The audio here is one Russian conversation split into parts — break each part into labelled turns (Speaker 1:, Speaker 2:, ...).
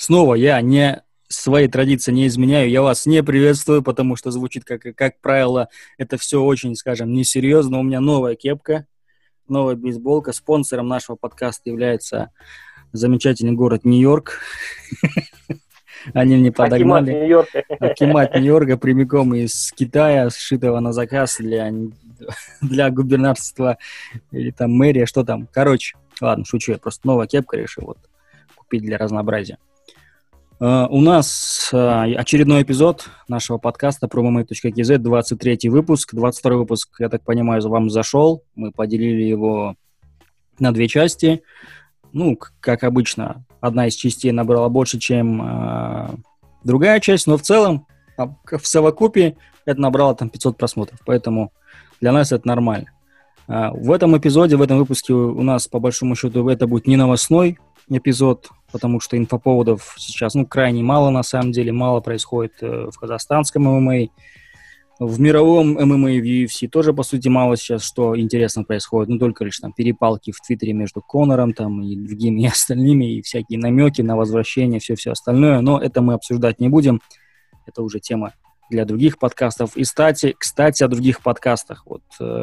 Speaker 1: снова я не своей традиции не изменяю, я вас не приветствую, потому что звучит, как правило, это все очень, скажем, несерьезно. У меня новая кепка, новая бейсболка. Спонсором нашего подкаста является замечательный город Нью-Йорк. Они мне подогнали. Акимат Нью-Йорка прямиком из Китая, сшитого на заказ для губернаторства или там мэрия, что там. Короче, ладно, шучу, я просто новая кепка решил вот купить для разнообразия. У нас очередной эпизод нашего подкаста про MMA.kz, 23-й выпуск. 22-й выпуск, я так понимаю, вам зашел. Мы поделили его на две части. Ну, как обычно, одна из частей набрала больше, чем другая часть, но в целом, в совокупе, это набрало там 500 просмотров, поэтому для нас это нормально. В этом эпизоде, в этом выпуске у нас, по большому счету, это будет не новостной эпизод, потому что инфоповодов сейчас, крайне мало, на самом деле, мало происходит в казахстанском ММА. В мировом ММА и в UFC тоже, по сути, мало сейчас что интересно происходит. Только лишь там перепалки в Твиттере между Конором там, и другими и остальными, и всякие намеки на возвращение, все остальное. Но это мы обсуждать не будем. Это уже тема для других подкастов. И, кстати, о других подкастах. Вот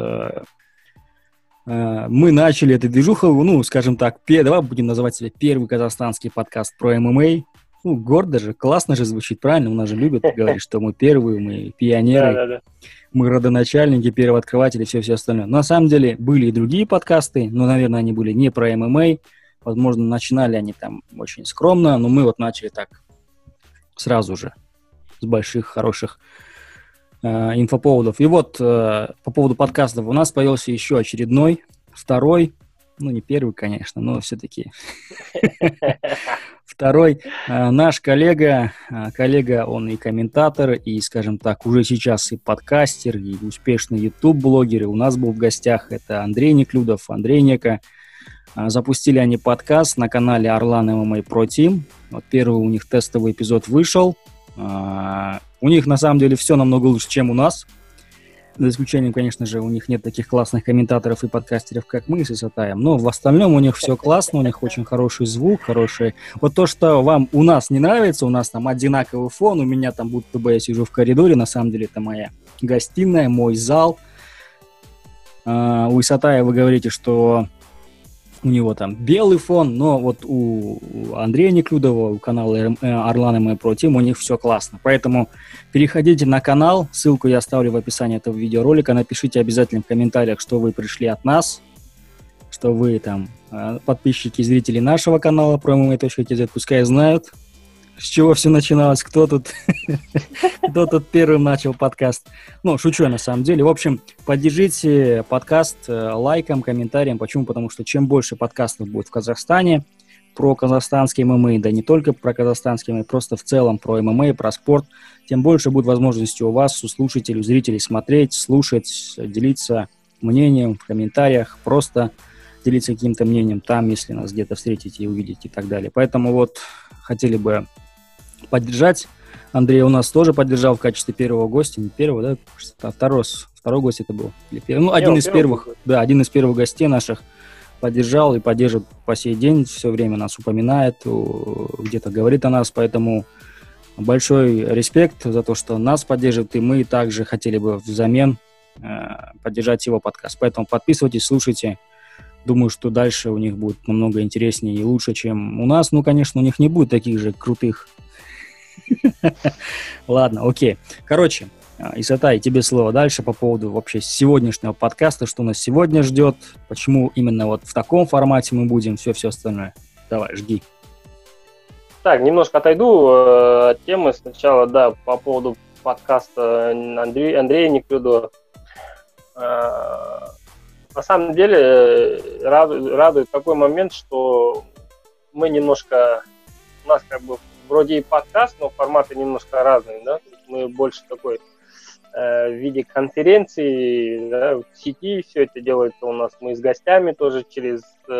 Speaker 1: мы начали эту движуху, скажем так, давай будем называть себя первый казахстанский подкаст про ММА. Гордо же, классно же звучит, правильно? У нас же любят говорить, что мы первые, мы пионеры, мы родоначальники, первооткрыватели, все остальное. Но на самом деле были и другие подкасты, но, наверное, они были не про ММА. Возможно, начинали они там очень скромно, но мы вот начали так сразу же с больших, хороших инфоповодов. И вот по поводу подкастов у нас появился еще очередной, второй, не первый, конечно, но все-таки второй наш коллега, он и комментатор, и, скажем так, уже сейчас и подкастер, и успешный YouTube-блогер. И у нас был в гостях это Андрей Неклюдов, Андрей Нека. Запустили они подкаст на канале Орлан MMA Pro Team. Вот первый у них тестовый эпизод вышел. У них, на самом деле, все намного лучше, чем у нас. За исключением, конечно же, у них нет таких классных комментаторов и подкастеров, как мы с Исатаем. Но в остальном у них все классно, у них очень хороший звук, хороший... Вот то, что вам у нас не нравится, у нас там одинаковый фон, у меня там будто бы я сижу в коридоре, на самом деле это моя гостиная, мой зал. У Исатая вы говорите, что у него там белый фон, но вот у Андрея Неклюдова, у канала Орлан MMA Pro Team, у них все классно. Поэтому переходите на канал, ссылку я оставлю в описании этого видеоролика, напишите обязательно в комментариях, что вы пришли от нас, что вы там подписчики и зрители нашего канала про MMA.kz, пускай знают, с чего все начиналось, кто тут первым начал подкаст. Шучу на самом деле. В общем, поддержите подкаст лайком, комментарием. Почему? Потому что чем больше подкастов будет в Казахстане про казахстанский ММА, да не только про казахстанский ММА, просто в целом про ММА, про спорт, тем больше будет возможности у вас, у слушателей, у зрителей смотреть, слушать, делиться мнением в комментариях, просто делиться каким-то мнением там, если нас где-то встретите и увидите и так далее. Поэтому вот хотели бы поддержать. Андрей у нас тоже поддержал в качестве первого гостя. Не первого, да? Второй гость это был. Один из первых. Да, один из первых гостей наших поддержал и поддержит по сей день. Все время нас упоминает, где-то говорит о нас. Поэтому большой респект за то, что нас поддержит. И мы также хотели бы взамен поддержать его подкаст. Поэтому подписывайтесь, слушайте. Думаю, что дальше у них будет намного интереснее и лучше, чем у нас. Конечно, у них не будет таких же крутых. Ладно, окей. Короче, Исатай, тебе слово дальше по поводу вообще сегодняшнего подкаста, что нас сегодня ждет, почему именно вот в таком формате мы будем, все остальное. Давай, жги.
Speaker 2: Так, немножко отойду от темы. Сначала, по поводу подкаста Андрея Неклюдова. На самом деле радует такой момент, что мы немножко, у нас как бы вроде и подкаст, но форматы немножко разные, да? Мы больше такой в виде конференции, да, в сети все это делается у нас. Мы с гостями тоже через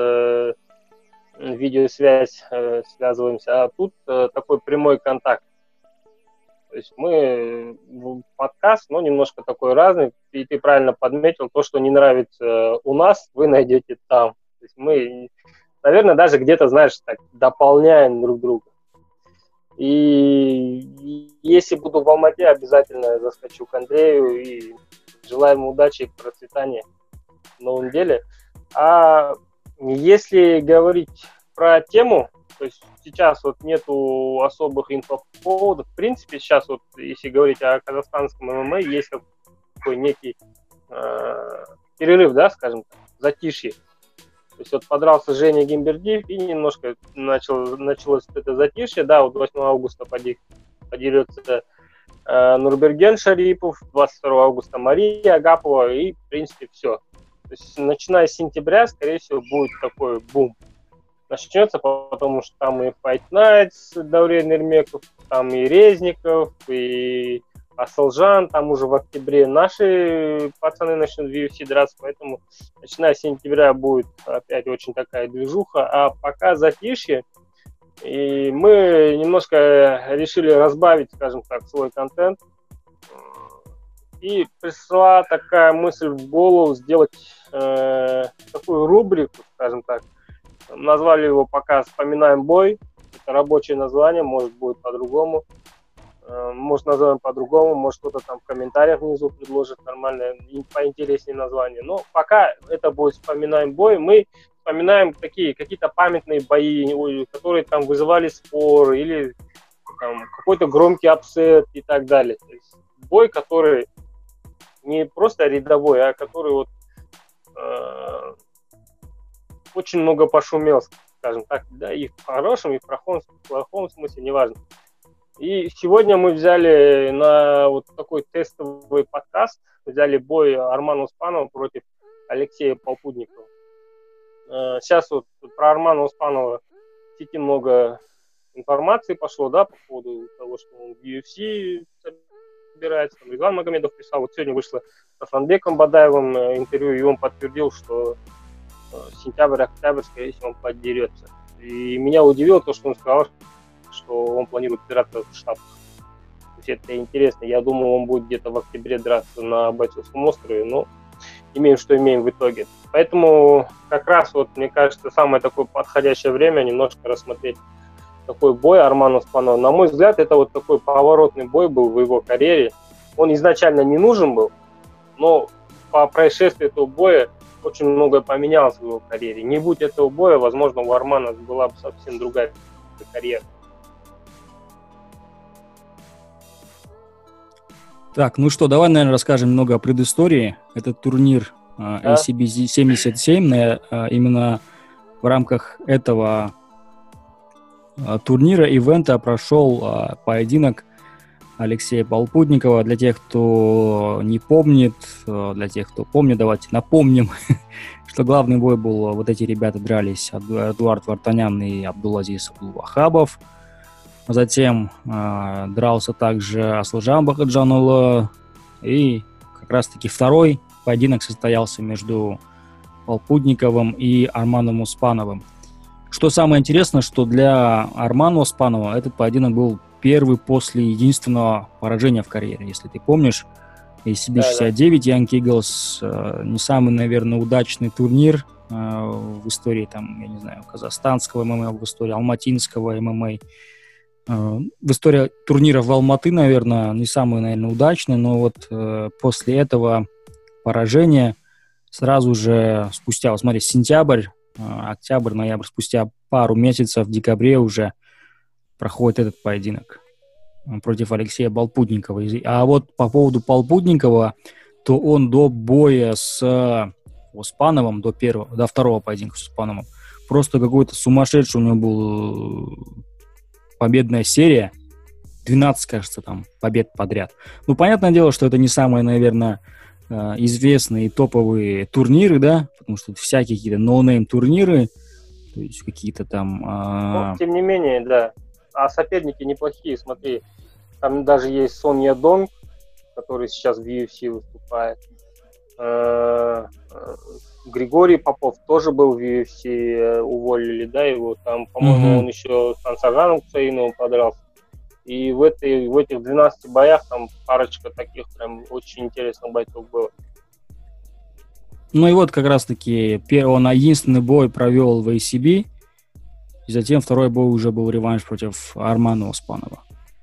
Speaker 2: видеосвязь связываемся, а тут такой прямой контакт. То есть мы подкаст, но немножко такой разный. И ты правильно подметил, то, что не нравится у нас, вы найдете там. То есть мы, наверное, даже где-то, знаешь, так дополняем друг друга. И если буду в Алмате, обязательно заскочу к Андрею и желаю ему удачи и процветания в новом деле. А если говорить про тему, то есть сейчас вот нету особых инфоповодов. В принципе, сейчас вот, если говорить о казахстанском ММА, есть такой некий перерыв, да, скажем так, затишье. То есть вот подрался Женя Гимбердиев, и немножко началось это затишье. Да, вот 8 августа подерется Нурберген Шарипов, 22 августа Мария Агапова, и, в принципе, все. То есть, начиная с сентября, скорее всего, будет такой бум. Начнется, потому что там и Fight Night с Даурен Эрмеков, там и Резников, и Асылжан, там уже в октябре наши пацаны начнут в UFC драться, поэтому начиная с сентября будет опять очень такая движуха, а пока затишье, и мы немножко решили разбавить, скажем так, свой контент, и пришла такая мысль в голову сделать такую рубрику, скажем так, назвали его пока «Вспоминаем бой», это рабочее название, может будет по-другому. Может, назовем по-другому, может, кто-то там в комментариях внизу предложит нормальное, поинтереснее название. Но пока это будет «Вспоминаем бой», мы вспоминаем такие какие-то памятные бои, которые там вызывали споры или там, какой-то громкий апсет и так далее. То есть бой, который не просто рядовой, а который вот очень много пошумел, скажем так, да, и в хорошем, и в плохом смысле, неважно. И сегодня мы взяли на вот такой тестовый подкаст, взяли бой Армана Успанова против Алексея Полпудникова. Сейчас вот про Армана Успанова в сети много информации пошло, да, по поводу того, что он в UFC собирается. Там Резван Магомедов писал, вот сегодня вышло с Асланбеком Бадаевым интервью, и он подтвердил, что сентябрь-октябрь, скорее всего, он поддерется. И меня удивило то, что он сказал, что он планирует драться в Штатах. То есть это интересно. Я думал, он будет где-то в октябре драться на Бойцовском острове, но имеем, что имеем в итоге. Поэтому как раз, вот, мне кажется, самое такое подходящее время немножко рассмотреть такой бой Армана Успанова. На мой взгляд, это вот такой поворотный бой был в его карьере. Он изначально не нужен был, но по происшествию этого боя очень многое поменялось в его карьере. Не будь этого боя, возможно, у Армана была бы совсем другая карьера.
Speaker 1: Так, ну что, давай, наверное, расскажем немного о предыстории. Этот турнир ACB 77, именно в рамках этого турнира, ивента прошел поединок Алексея Полпудникова. Для тех, кто не помнит, для тех, кто помнит, давайте напомним, что главный бой был, вот эти ребята дрались, Эдуард Вартанян и Абдулазиз Абдулвахабов. Затем дрался также Асылжан Бахаджанула. И как раз-таки второй поединок состоялся между Полпудниковым и Арманом Успановым. Что самое интересное, что для Армана Успанова этот поединок был первый после единственного поражения в карьере. Если ты помнишь, ACB 69, Young Eagles, не самый, наверное, удачный турнир в истории, там, я не знаю, казахстанского ММА, в истории алматинского ММА. В истории турнира в Алматы, наверное, не самый, наверное, удачный, но вот после этого поражения сразу же спустя, вот смотри, сентябрь, октябрь, ноябрь, спустя пару месяцев в декабре уже проходит этот поединок против Алексея Полпудникова. А вот по поводу Полпудникова, то он до боя с Успановым, до второго поединка с Успановым, просто какой-то сумасшедший у него был победная серия, 12, кажется, там, побед подряд. Ну, понятное дело, что это не самые, наверное, известные топовые турниры, да, потому что это всякие какие-то ноунейм турниры, то есть какие-то там...
Speaker 2: Но, тем не менее, да. А соперники неплохие, смотри. Там даже есть Сон Ядонг, который сейчас в UFC выступает. Григорий Попов тоже был в UFC, уволили, да, его там, по-моему, он еще с Ансаганом Кусаиновым подрался. И в этих 12 боях там парочка таких прям очень интересных бойцов было.
Speaker 1: Ну и вот как раз-таки он единственный бой провел в ACB. И затем второй бой уже был реванш против Армана Оспанова.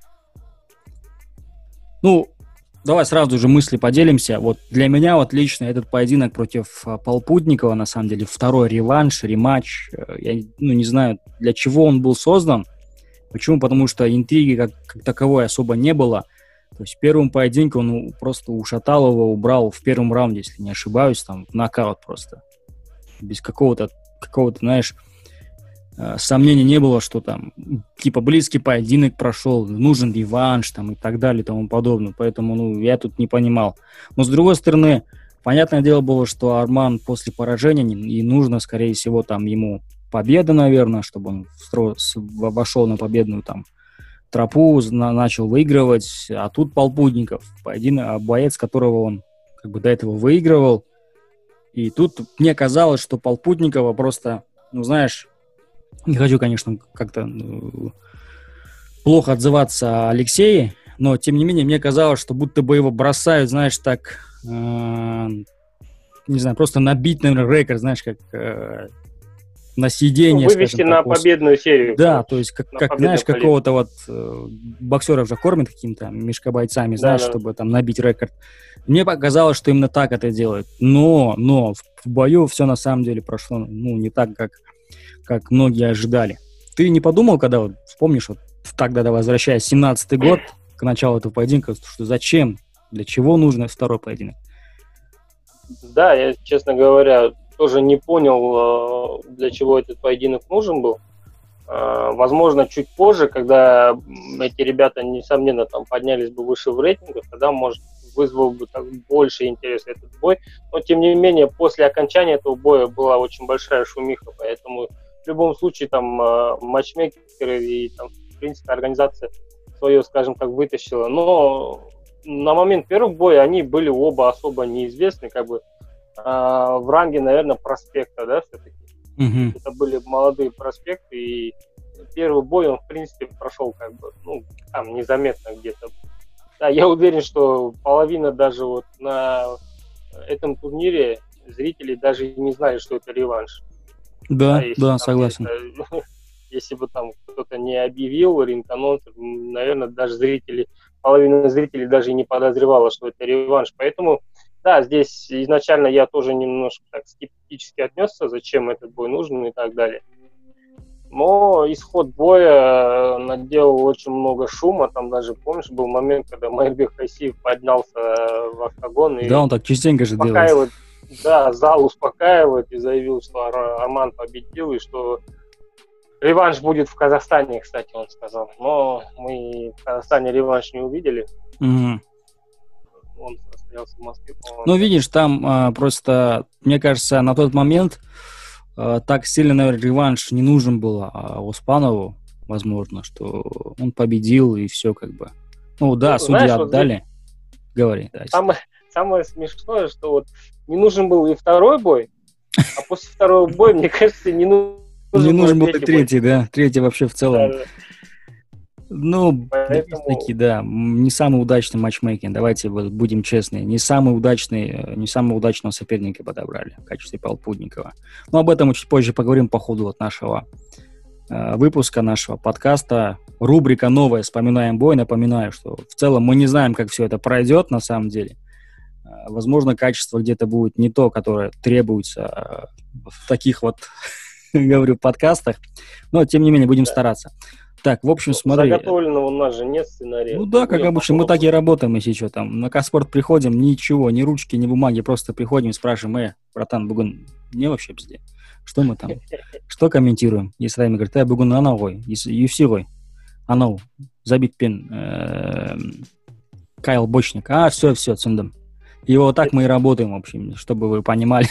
Speaker 1: Ну, давай сразу же мысли поделимся. Вот для меня вот лично этот поединок против Полпутникова, на самом деле, второй реванш, рематч. Я не знаю, для чего он был создан. Почему? Потому что интриги как таковой особо не было. То есть в первом поединке он просто ушатал его, убрал в первом раунде, если не ошибаюсь, там в нокаут просто. Без какого-то, знаешь, сомнений не было, что там типа близкий поединок прошел, нужен реванш там и так далее и тому подобное. Поэтому, я тут не понимал. Но с другой стороны, понятное дело было, что Арман после поражения, и нужно, скорее всего, там ему победа, наверное, чтобы он вошел на победную там тропу, начал выигрывать. А тут Полпутников, боец, которого он как бы до этого выигрывал. И тут мне казалось, что Полпутникова просто, знаешь, не хочу, конечно, как-то плохо отзываться о Алексее, но, тем не менее, мне казалось, что будто бы его бросают, знаешь, так, не знаю, просто набить, наверное, рекорд, знаешь, как на съедение,
Speaker 2: вывести на победную серию.
Speaker 1: Да, то есть, как знаешь, какого-то вот боксера уже кормят какими-то мешкобойцами, знаешь, чтобы там набить рекорд. Мне показалось, что именно так это делают. Но в бою все на самом деле прошло, не так, как многие ожидали. Ты не подумал, когда вот вспомнишь, вот тогда, возвращаясь, 17-й год, к началу этого поединка, что зачем, для чего нужен второй поединок?
Speaker 2: Да, я, честно говоря, тоже не понял, для чего этот поединок нужен был. Возможно, чуть позже, когда эти ребята, несомненно, там поднялись бы выше в рейтингах, тогда, может, вызвал бы так больше интереса этот бой. Но, тем не менее, после окончания этого боя была очень большая шумиха, поэтому в любом случае там матчмейкеры и там, в принципе, организация свое, скажем так, вытащила. Но на момент первого боя они были оба особо неизвестны, как бы в ранге, наверное, проспекта, да, все-таки. Mm-hmm. Это были молодые проспекты, и первый бой он, в принципе, прошел как бы, там незаметно где-то. Да, я уверен, что половина даже вот на этом турнире зрителей даже не знали, что это реванш.
Speaker 1: Да, согласен.
Speaker 2: Если бы там кто-то не объявил ринг-анонс, наверное, даже половина зрителей даже и не подозревала, что это реванш. Поэтому, да, здесь изначально я тоже немножко так скептически отнесся, зачем этот бой нужен и так далее. Но исход боя наделал очень много шума. Там даже, помнишь, был момент, когда Майрбек Хайсиев поднялся в октагон. И
Speaker 1: он так частенько же делает.
Speaker 2: Да, зал успокаивает и заявил, что Арман победил, и что реванш будет в Казахстане, кстати, он сказал. Но мы в Казахстане реванш не увидели.
Speaker 1: Mm-hmm.
Speaker 2: Он состоялся в Москве, по-моему.
Speaker 1: Видишь, там просто, мне кажется, на тот момент так сильно, наверное, реванш не нужен был Оспанову, возможно, что он победил и все как бы. Судьи
Speaker 2: знаешь,
Speaker 1: отдали.
Speaker 2: Вот
Speaker 1: говори. Да,
Speaker 2: самое смешное, что вот не нужен был и второй бой, а после второго боя, мне кажется, не нужен
Speaker 1: был и третий, да? Третий вообще в целом.
Speaker 2: Да.
Speaker 1: Таки, да, не самый удачный матчмейкинг, давайте будем честны, не самого удачного соперника подобрали в качестве Полпутникова. Но об этом мы чуть позже поговорим по ходу нашего выпуска, нашего подкаста. Рубрика новая «Вспоминаем бой». Напоминаю, что в целом мы не знаем, как все это пройдет на самом деле. Возможно, качество где-то будет не то, которое требуется в таких вот, говорю, подкастах, но тем не менее будем стараться. Так, в общем, смотри.
Speaker 2: Заготовленного у нас же нет сценария.
Speaker 1: Как обычно, мы так и работаем, если что там. На Каспорт приходим, ничего, ни ручки, ни бумаги, просто приходим и спрашиваем, братан, Бугун, не вообще пизде. Что мы там? Что комментируем? И Райми говорит, Бугун, анау ғой, UFC ғой. Анау, забит пен, Кайл Бочник. Все, түсіндім. И вот так мы и работаем, в общем, чтобы вы понимали.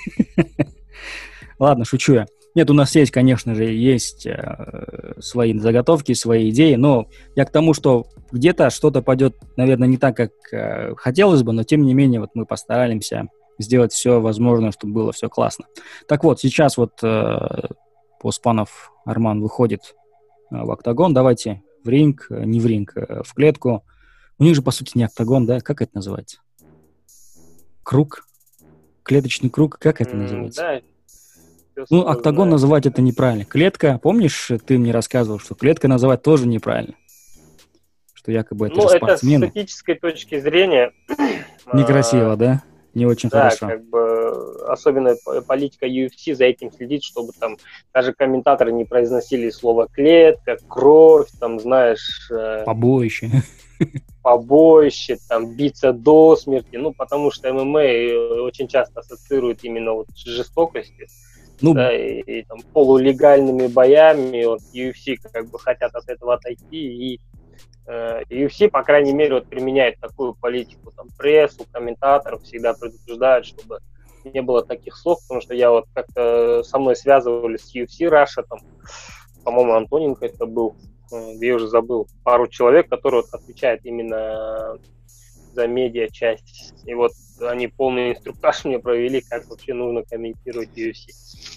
Speaker 1: Ладно, шучу я. Нет, у нас есть, конечно же, свои заготовки, свои идеи, но я к тому, что где-то что-то пойдет, наверное, не так, как хотелось бы, но тем не менее вот мы постараемся сделать все возможное, чтобы было все классно. Так вот, сейчас вот Оспанов Арман выходит в октагон, давайте в ринг, не в ринг, в клетку. У них же, по сути, не октагон, да? Как это называется? Круг? Клеточный круг? Как это называется?
Speaker 2: Да. пес
Speaker 1: Ну,
Speaker 2: его
Speaker 1: октагон
Speaker 2: знает.
Speaker 1: называть это неправильно. Клетка, помнишь, ты мне рассказывал, что клетка называть тоже неправильно? Что якобы это же
Speaker 2: Ну, это с
Speaker 1: спортсмены.
Speaker 2: этической точки зрения,
Speaker 1: Некрасиво, да? Не очень
Speaker 2: да,
Speaker 1: хорошо.
Speaker 2: как бы особенно политика UFC за этим следит, чтобы там даже комментаторы не произносили слово клетка, кровь, там, знаешь,
Speaker 1: Побоище.
Speaker 2: побоище, там, биться до смерти, ну, потому что ММА очень часто ассоциируют именно вот с жестокостью,
Speaker 1: Ну,
Speaker 2: да, и там полулегальными боями, вот UFC как бы хотят от этого отойти, и UFC, по крайней мере, вот применяет такую политику, там, прессу, комментаторов всегда предупреждают, чтобы не было таких слов, потому что я вот как-то со мной связывались с UFC Russia, там, по-моему, Антоненко это был, я уже забыл, пару человек, которые вот отвечают именно за медиа часть. И вот они полный инструктаж мне провели, как вообще нужно комментировать UFC.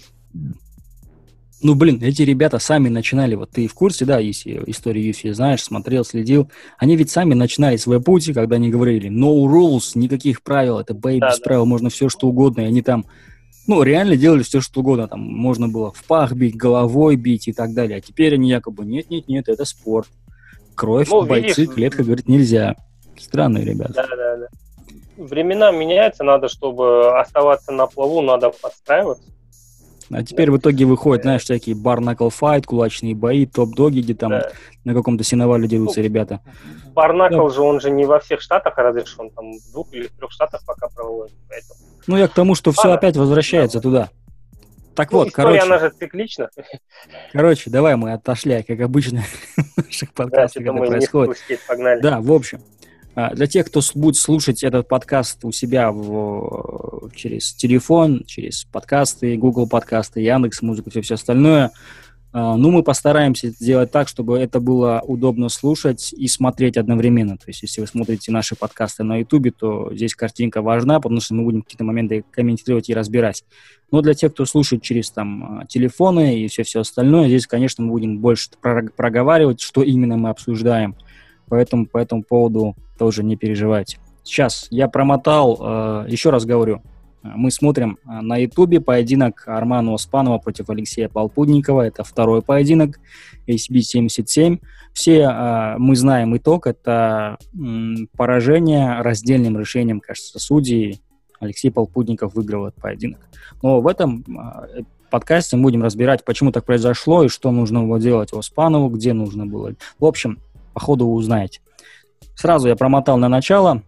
Speaker 1: ну, блин, эти ребята сами начинали, вот ты в курсе, да, если историю UFC знаешь, смотрел, следил, они ведь сами начинали свой путь, когда они говорили no rules, никаких правил, это бей
Speaker 2: Да,
Speaker 1: без
Speaker 2: да.
Speaker 1: правил, можно все что угодно, и они там, ну, реально делали все что угодно, там можно было в пах бить, головой бить и так далее, а теперь они якобы нет, это спорт, кровь,
Speaker 2: Ну, видишь,
Speaker 1: бойцы, клетка, говорит, нельзя. Странные ребята.
Speaker 2: да, да, да. Времена меняются, надо, чтобы оставаться на плаву, надо подстраиваться.
Speaker 1: А теперь в итоге выходят, знаешь, всякие бар-накл файт, кулачные бои, топ-доги, где там
Speaker 2: Да.
Speaker 1: на каком-то сеновале
Speaker 2: Ну,
Speaker 1: дерутся ребята.
Speaker 2: Барнакл
Speaker 1: Да.
Speaker 2: же, он же не во всех штатах разрешен, там в 2 или 3 штатах пока проводит, поэтому...
Speaker 1: Ну, я к тому, что все
Speaker 2: Ладно.
Speaker 1: опять возвращается туда. Так
Speaker 2: Ну,
Speaker 1: вот,
Speaker 2: история, она же циклична.
Speaker 1: короче, давай мы отошли, как обычно, в наших
Speaker 2: Да,
Speaker 1: подкастах
Speaker 2: что-то
Speaker 1: это
Speaker 2: мы не в
Speaker 1: происходит.
Speaker 2: ту степь погнали.
Speaker 1: Да, в общем, для тех, кто будет слушать этот подкаст у себя через телефон, через подкасты, Google подкасты, Яндекс.Музыка, все остальное, ну, мы постараемся сделать так, чтобы это было удобно слушать и смотреть одновременно. То есть, если вы смотрите наши подкасты на YouTube, то здесь картинка важна, потому что мы будем какие-то моменты комментировать и разбирать. Но для тех, кто слушает через там телефоны и все остальное, здесь, конечно, мы будем больше проговаривать, что именно мы обсуждаем. Поэтому по этому поводу тоже не переживайте. Сейчас я промотал, еще раз говорю, мы смотрим на Ютубе поединок Армана Оспанова против Алексея Полпудникова. Это второй поединок SB77. Все мы знаем итог. Это поражение раздельным решением, кажется, судей. Алексей Полпудников выиграл этот поединок. Но в этом подкасте мы будем разбирать, почему так произошло и что нужно было делать Оспанову, где нужно было. В общем, по ходу вы узнаете. Сразу я промотал на начало.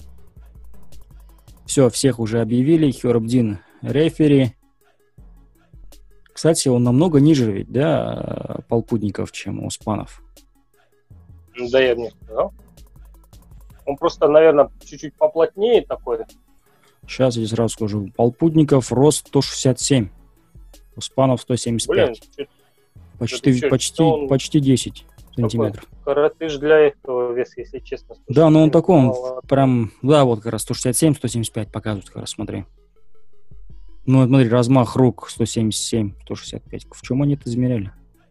Speaker 1: Все, всех уже объявили. Хербдин рефери. Кстати, он намного ниже ведь, да, Полпудников, чем Оспанов.
Speaker 2: Да, я бы не сказал. Он просто, наверное, чуть-чуть поплотнее такой.
Speaker 1: Сейчас я сразу скажу. Полпудников рост 167. Оспанов 175.
Speaker 2: Блин,
Speaker 1: Почти 10 сантиметров.
Speaker 2: Коротыш для этого веса, если честно.
Speaker 1: Да, но он такой, он
Speaker 2: мало.
Speaker 1: прям, да, вот как раз 167, 175 показывают, как раз, смотри. Ну, смотри, размах рук 177, 165. В чем они это измеряли?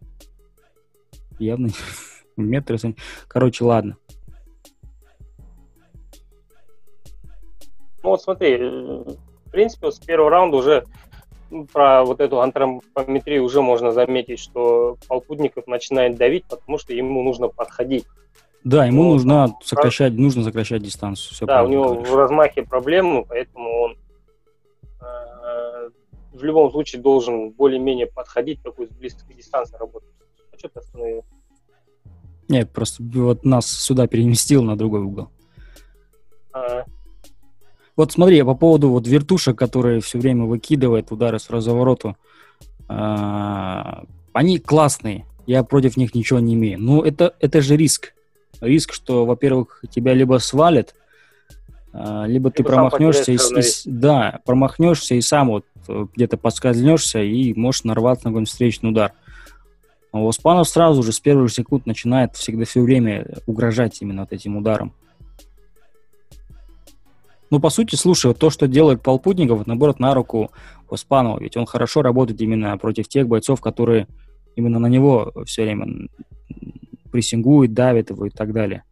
Speaker 1: Явно метры. Короче, ладно.
Speaker 2: Ну вот смотри, в принципе, с первого раунда уже про вот эту антропометрию уже можно заметить, что Полпудников начинает давить, потому что ему нужно подходить.
Speaker 1: Да, ему нужно сокращать дистанцию. Все
Speaker 2: да, у него в размахе проблемы, поэтому он в любом случае должен более-менее подходить, такой с близкой дистанции работать. А что ты остановил?
Speaker 1: Нет, просто вот нас сюда переместил на другой угол. Вот смотри, по поводу вот вертушек, которые все время выкидывают удары с развороту, они классные, я против них ничего не имею. Но это же риск. Риск, что, во-первых, тебя либо свалят, либо ты промахнешься промахнешься и сам вот где-то подскользнешься и можешь нарваться на какой-нибудь встречный удар. А Оспанов сразу же с первых секунд начинает всегда все время угрожать именно вот этим ударом. Ну, по сути, слушай, вот то, что делает Полпудников, это, наоборот, на руку Оспанова. Ведь он хорошо работает именно против тех бойцов, которые именно на него все время прессингуют, давят его и так далее.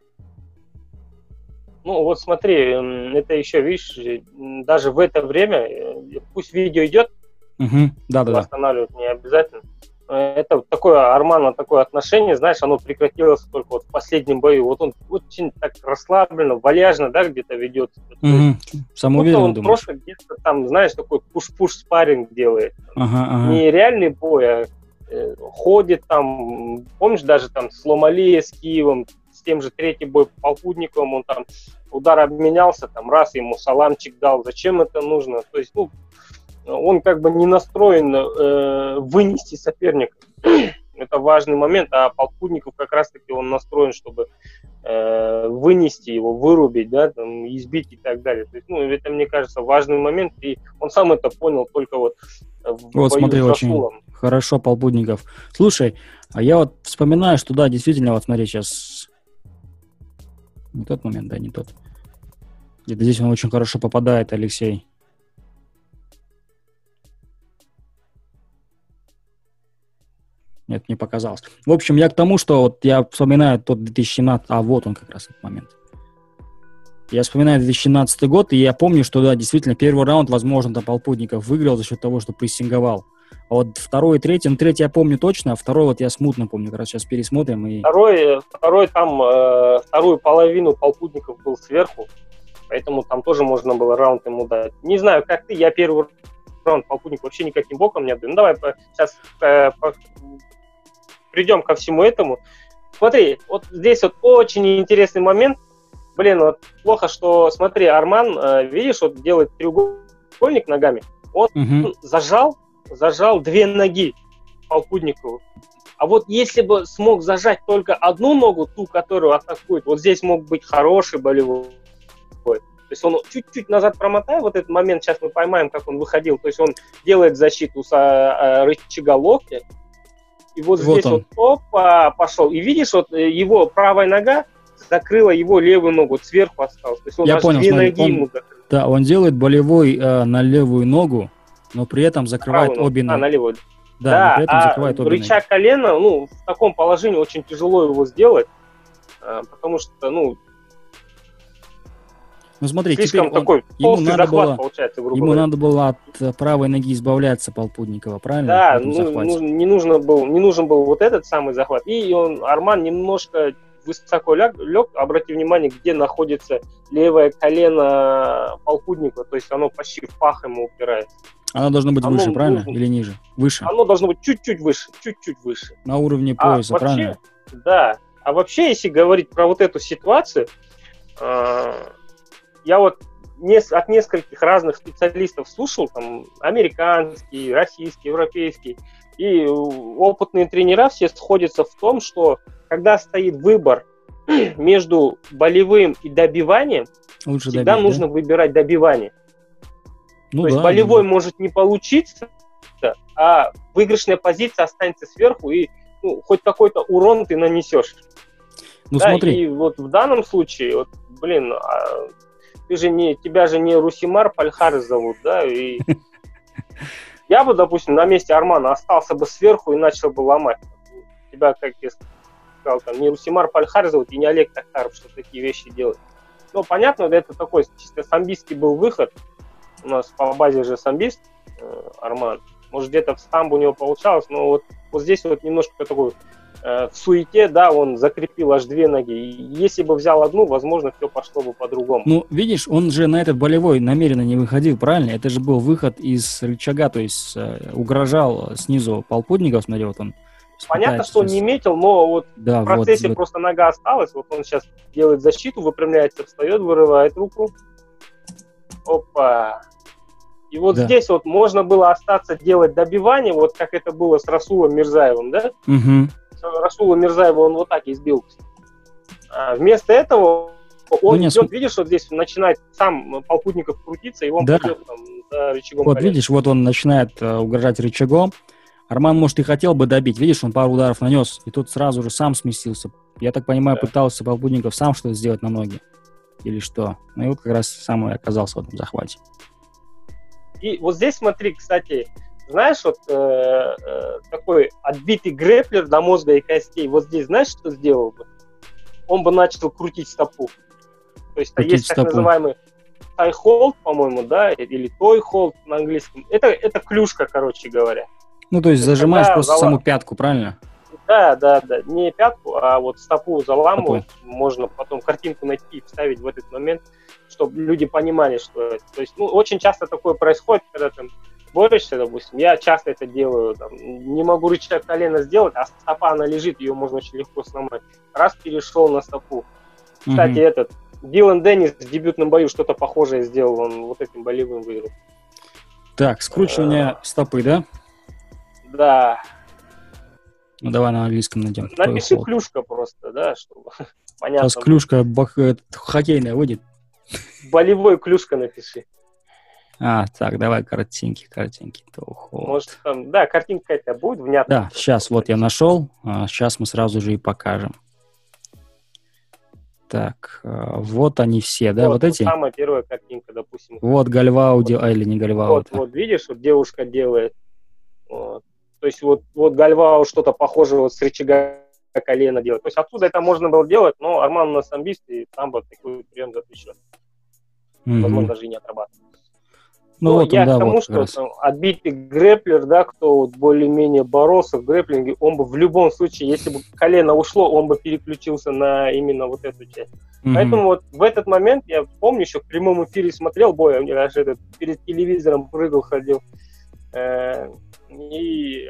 Speaker 2: Ну, вот смотри, это еще, видишь, даже в это время, пусть видео идет,
Speaker 1: Да.
Speaker 2: Останавливать не обязательно. Это такое, Армана, такое отношение, знаешь, оно прекратилось только вот в последнем бою. Вот он очень так расслабленно, вальяжно, да, где-то ведет.
Speaker 1: Самоуверенно,
Speaker 2: он
Speaker 1: думаешь?
Speaker 2: Просто где-то там, знаешь, такой пуш-пуш спарринг делает. Не реальный бой, а ходит там, помнишь, даже там с Ломалея, с Киевом, с тем же третий бой Полкудниковым, он там удар обменялся, там раз ему саламчик дал, зачем это нужно? То есть, он как бы не настроен вынести соперника. Это важный момент, а Полкудников как раз-таки он настроен, чтобы вынести его, вырубить, да, там, избить и так далее. То есть, это, мне кажется, важный момент, и он сам это понял только вот в бою
Speaker 1: смотри,
Speaker 2: с Расулом.
Speaker 1: Очень хорошо, Полкудников. Слушай, а я вот вспоминаю, что да, действительно, вот смотри, сейчас не тот момент, да, не тот. Где-то здесь он очень хорошо попадает, Алексей. Нет, не показалось. В общем, я к тому, что вот я вспоминаю тот 2017... вот он как раз этот момент. Я вспоминаю 2017 год, и я помню, что, да, действительно, первый раунд, возможно, там Полкудников выиграл за счет того, что прессинговал. А вот второй и третий, третий я помню точно, а второй вот я смутно помню, как раз сейчас пересмотрим. И...
Speaker 2: Второй там, вторую половину Полкудников был сверху, поэтому там тоже можно было раунд ему дать. Не знаю, как ты, я первый раунд Полкудник вообще никаким боком не отдаю. Давай сейчас придем ко всему этому. Смотри, вот здесь вот очень интересный момент. Блин, вот плохо, что, смотри, Арман, видишь, вот делает треугольник ногами. Он зажал две ноги Полкудникову. А вот если бы смог зажать только одну ногу, ту, которую атакует, вот здесь мог быть хороший болевой. То есть он чуть-чуть назад промотает вот этот момент, сейчас мы поймаем, как он выходил. То есть он делает защиту с рычага локтя. И вот здесь вот опа, пошел. И видишь, вот его правая нога закрыла его левую ногу, сверху осталось. То есть он
Speaker 1: аж две
Speaker 2: ноги ему закрыл.
Speaker 1: Да, он делает болевой на левую ногу, но при этом закрывает обе ноги.
Speaker 2: На левую.
Speaker 1: Да, но при этом закрывает обе
Speaker 2: рычаг
Speaker 1: ноги.
Speaker 2: колена, в таком положении очень тяжело его сделать, потому что,
Speaker 1: смотри,
Speaker 2: слишком
Speaker 1: теперь
Speaker 2: такой толстый захват получается, грубо говоря.
Speaker 1: Ему надо было от правой ноги избавляться Полкудникова, правильно?
Speaker 2: Да, не нужен был вот этот самый захват. И Арман немножко высоко лег, обрати внимание, где находится левое колено Полкудникова, то есть оно почти в пах ему упирается.
Speaker 1: Оно должно быть выше, правильно? Или ниже? Выше.
Speaker 2: Оно должно быть чуть-чуть выше.
Speaker 1: На уровне пояса,
Speaker 2: вообще,
Speaker 1: правильно?
Speaker 2: Да. А вообще, если говорить про вот эту ситуацию, я вот от нескольких разных специалистов слушал, там, американские, российские, европейские, и опытные тренера все сходятся в том, что когда стоит выбор между болевым и добиванием,
Speaker 1: лучше
Speaker 2: всегда
Speaker 1: добить,
Speaker 2: нужно выбирать добивание. То есть болевой может не получиться, а выигрышная позиция останется сверху, и хоть какой-то урон ты нанесешь.
Speaker 1: Смотри.
Speaker 2: И вот в данном случае, тебя же не Русимар Пальхар зовут, да, и я бы, допустим, на месте Армана остался бы сверху и начал бы ломать. Тебя, как я сказал, там, не Русимар Пальхар зовут и не Олег Тахтаров, что такие вещи делать. Понятно, это такой чисто самбистский был выход. У нас по базе же самбист Арман. Может, где-то в самбо у него получалось, но вот здесь вот немножко такой в суете, да, он закрепил аж две ноги. И если бы взял одну, возможно, все пошло бы по-другому.
Speaker 1: Видишь, он же на этот болевой намеренно не выходил, правильно? Это же был выход из рычага, то есть угрожал снизу Полкудников, смотри, вот он.
Speaker 2: Понятно, что он не метил, но вот в процессе просто нога осталась. Вот он сейчас делает защиту, выпрямляется, встает, вырывает руку. Опа! И вот здесь вот можно было остаться делать добивание, вот как это было с Расулом Мирзаевым, да?
Speaker 1: Угу.
Speaker 2: Расула Мирзаева он вот так избил. А вместо этого он идет, видишь, вот здесь начинает сам Полкудников крутиться, и он пойдет там за рычагом.
Speaker 1: Вот видишь, вот он начинает угрожать рычагом. Арман, может, и хотел бы добить. Видишь, он пару ударов нанес, и тут сразу же сам сместился. Я так понимаю, пытался Полкудников сам что-то сделать на ноги. Или что? И вот как раз сам и оказался в этом захвате.
Speaker 2: И вот здесь, смотри, кстати, знаешь, вот такой отбитый грэплер до мозга и костей, вот здесь знаешь, что сделал бы? Он бы начал крутить стопу. То есть есть так называемый тай-холд, по-моему, да, или той-холд на английском. Это клюшка, короче говоря.
Speaker 1: Ну, то есть зажимаешь просто саму пятку, правильно?
Speaker 2: Да. Не пятку, а вот стопу заламывать. Можно потом картинку найти и вставить в этот момент, чтобы люди понимали, что это. То есть, очень часто такое происходит, когда там борешься, допустим. Я часто это делаю. Там, не могу рычаг колена сделать, а стопа, она лежит, ее можно очень легко сломать. Раз перешел на стопу. Кстати, Дилан Деннис в дебютном бою что-то похожее сделал. Он вот этим болевым выиграл.
Speaker 1: Так, скручивание стопы, да?
Speaker 2: Да.
Speaker 1: Ну, давай на английском найдем.
Speaker 2: Напиши клюшка просто, да, чтобы понятно.
Speaker 1: Сейчас клюшка хоккейная выйдет.
Speaker 2: Болевой клюшка напиши.
Speaker 1: Так, давай картинки.
Speaker 2: Может, там, да, картинка какая-то будет внятная.
Speaker 1: Да, сейчас вот я нашел. Сейчас мы сразу же и покажем. Так, вот они все, да, вот эти?
Speaker 2: Самая первая картинка, допустим.
Speaker 1: Вот Гальвау, или не Гальвау.
Speaker 2: Вот, видишь, вот девушка делает. Вот. То есть вот Гальвау что-то похожее вот с рычага колена делает. То есть отсюда это можно было делать, но Арман у нас самбист, и самбо такой прием запрещен. Возможно, даже и не отрабатывает.
Speaker 1: Ну, вот
Speaker 2: я
Speaker 1: он, да,
Speaker 2: к тому,
Speaker 1: вот
Speaker 2: что там, отбитый грэплер, да, кто вот более-менее боролся в грэплинге, он бы в любом случае, если бы колено ушло, он бы переключился на именно вот эту часть. Поэтому вот в этот момент, я помню, еще в прямом эфире смотрел бой, я даже перед телевизором прыгал, ходил. И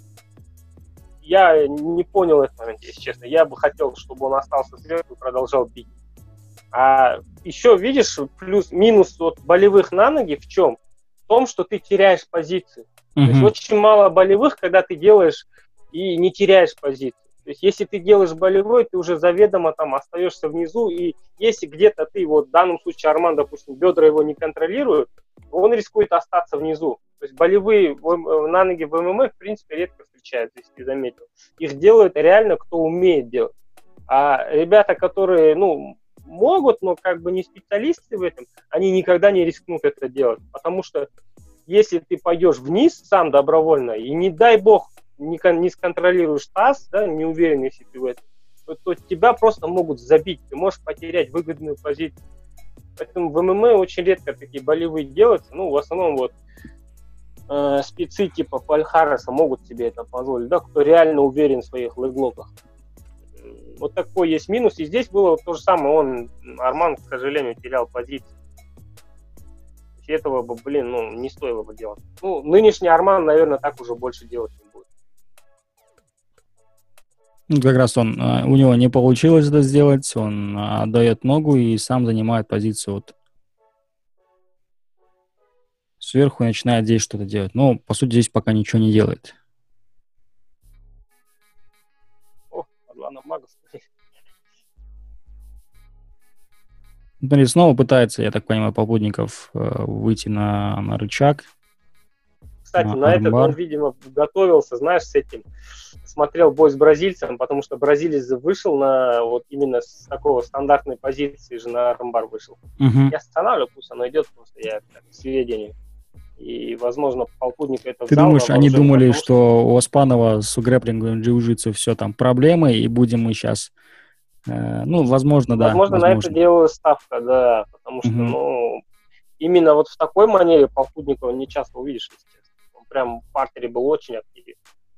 Speaker 2: я не понял этот момент, если честно. Я бы хотел, чтобы он остался сверху и продолжал бить. А еще, видишь, плюс-минус от болевых на ноги в чем? В том, что ты теряешь позицию. То есть очень мало болевых, когда ты делаешь и не теряешь позицию. То есть если ты делаешь болевой, ты уже заведомо там остаешься внизу, и если где-то ты, вот в данном случае Арман, допустим, бедра его не контролирует, он рискует остаться внизу. То есть болевые на ноги в ММА, в принципе, редко встречаются, если ты заметил. Их делают реально, кто умеет делать. А ребята, которые, могут, но как бы не специалисты в этом, они никогда не рискнут это делать. Потому что если ты пойдешь вниз сам добровольно, и не дай бог не сконтролируешь таз, да, не уверен, если ты в этом, то тебя просто могут забить, ты можешь потерять выгодную позицию. Поэтому в ММА очень редко такие болевые делаются. В основном вот спецы типа Пальхареса могут себе это позволить, да, кто реально уверен в своих леглоках. Вот такой есть минус. И здесь было то же самое. Арман, к сожалению, терял позицию. Этого бы, не стоило бы делать. Нынешний Арман, наверное, так уже больше делать не будет.
Speaker 1: Как раз у него не получилось это сделать. Он отдает ногу и сам занимает позицию вот сверху и начинает здесь что-то делать. Но, по сути, здесь пока ничего не делает.
Speaker 2: Адлана Магас.
Speaker 1: Смотри, снова пытается, я так понимаю, Попутников выйти на рычаг.
Speaker 2: Кстати, на этот он, видимо, готовился, знаешь, с этим. Смотрел бой с бразильцем, потому что бразилец вышел на вот именно с такого стандартной позиции же на армбар вышел. Я останавливаю, пусть оно идет, просто я к сведению. И, возможно, Попутник это
Speaker 1: Ты
Speaker 2: взял.
Speaker 1: Ты думаешь, они думали, что у Оспанова с грэпплингом, джиу-джитсу все там проблемы, и будем мы сейчас... возможно, да.
Speaker 2: Возможно, на это делалась ставка, да, потому что, именно вот в такой манере Попутникова не часто увидишь, естественно. Он прям в партере был очень активен.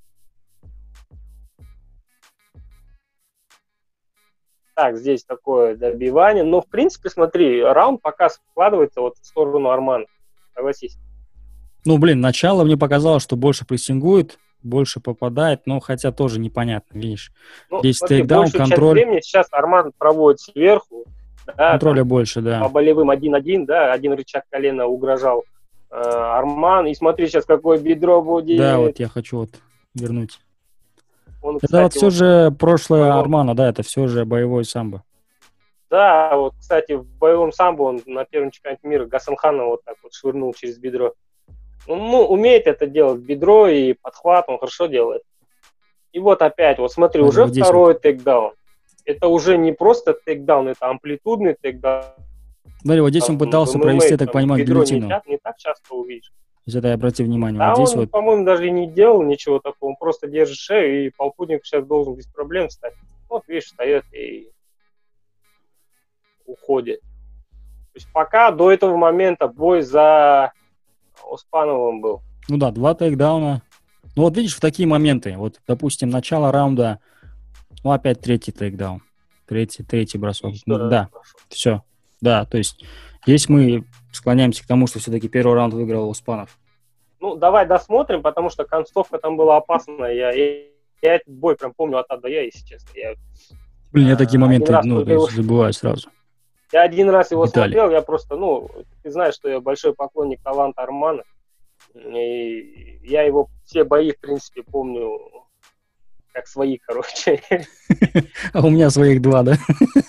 Speaker 2: Так, здесь такое добивание. Но, в принципе, смотри, раунд пока складывается вот в сторону Армана. Согласись.
Speaker 1: Начало мне показалось, что больше прессингует, больше попадает, но хотя тоже непонятно, видишь. Здесь тейкдаун, контроль.
Speaker 2: Времени сейчас Арман проводит сверху. Да,
Speaker 1: контроля больше, да.
Speaker 2: По болевым 1-1, да, один рычаг колена угрожал Арман. И смотри, сейчас какое бедро будет.
Speaker 1: Да, вот я хочу вернуть.
Speaker 2: Кстати,
Speaker 1: это вот все же прошлое Армана, да, это все же боевой самбо.
Speaker 2: Да, вот, кстати, в боевом самбо он на первом чемпионате мира Гасанхана вот так вот швырнул через бедро. Умеет это делать, бедро и подхват, он хорошо делает. И вот опять, вот смотри, уже второй тейкдаун. Это уже не просто тейкдаун, это амплитудный тейкдаун.
Speaker 1: Смотри, вот здесь он пытался провести, я так понимаю, гильотину.
Speaker 2: Не так часто увидишь.
Speaker 1: Это я обратил внимание.
Speaker 2: Да,
Speaker 1: вот здесь
Speaker 2: он, по-моему, даже и не делал ничего такого, он просто держит шею, и Попутник сейчас должен без проблем встать. Вот, видишь, встает и уходит. То есть пока до этого момента бой за Оспановым был.
Speaker 1: Ну да, 2 тейкдауна. Ну вот видишь, в такие моменты, вот, допустим, начало раунда, ну опять 3-й тейкдаун, третий бросок. Ну, да, все. Да, то есть здесь мы склоняемся к тому, что все-таки первый раунд выиграл Оспанов.
Speaker 2: Ну, давай досмотрим, потому что концовка там была опасная. Я этот бой прям помню от А до Я, если честно.
Speaker 1: Я такие моменты, забываю сразу.
Speaker 2: Я один раз его смотрел, я просто, ты знаешь, что я большой поклонник таланта Армана. И я его все бои, в принципе, помню как свои, короче.
Speaker 1: А у меня своих 2, да?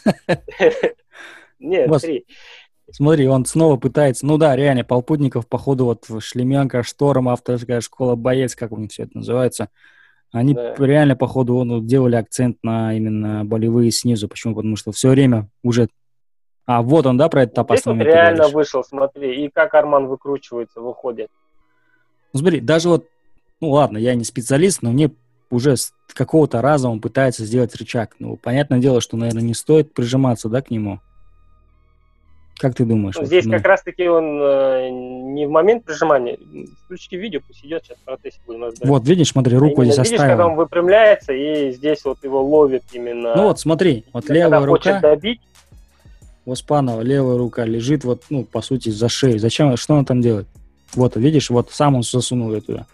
Speaker 2: Нет, 3.
Speaker 1: Смотри, он снова пытается, ну да, реально, Полпутников, походу, вот Шлеменко, Шторм, авторская школа, боец, как у них все это называется, они реально, походу, делали акцент на именно болевые снизу. Почему? Потому что все время уже... А, вот он, да, про этот опасный момент?
Speaker 2: Здесь вот реально вышел, смотри, и как Арман выкручивается, выходит.
Speaker 1: Ну смотри, даже вот, ну ладно, я не специалист, но мне уже с какого-то раза он пытается сделать рычаг. Ну, понятное дело, что, наверное, не стоит прижиматься, да, к нему. Как ты думаешь?
Speaker 2: Здесь как раз-таки он не в момент прижимания. Включите видео, пусть идет, сейчас в процессе будем разбирать.
Speaker 1: Вот, видишь, смотри, руку здесь
Speaker 2: видишь,
Speaker 1: оставил.
Speaker 2: когда он выпрямляется, и здесь вот его ловит именно...
Speaker 1: Ну вот, смотри, вот левая рука...
Speaker 2: хочет добить.
Speaker 1: У Оспанова левая рука лежит вот, ну, по сути, за шеей. Зачем, что он там делает? Вот, видишь, вот сам он засунул ее туда.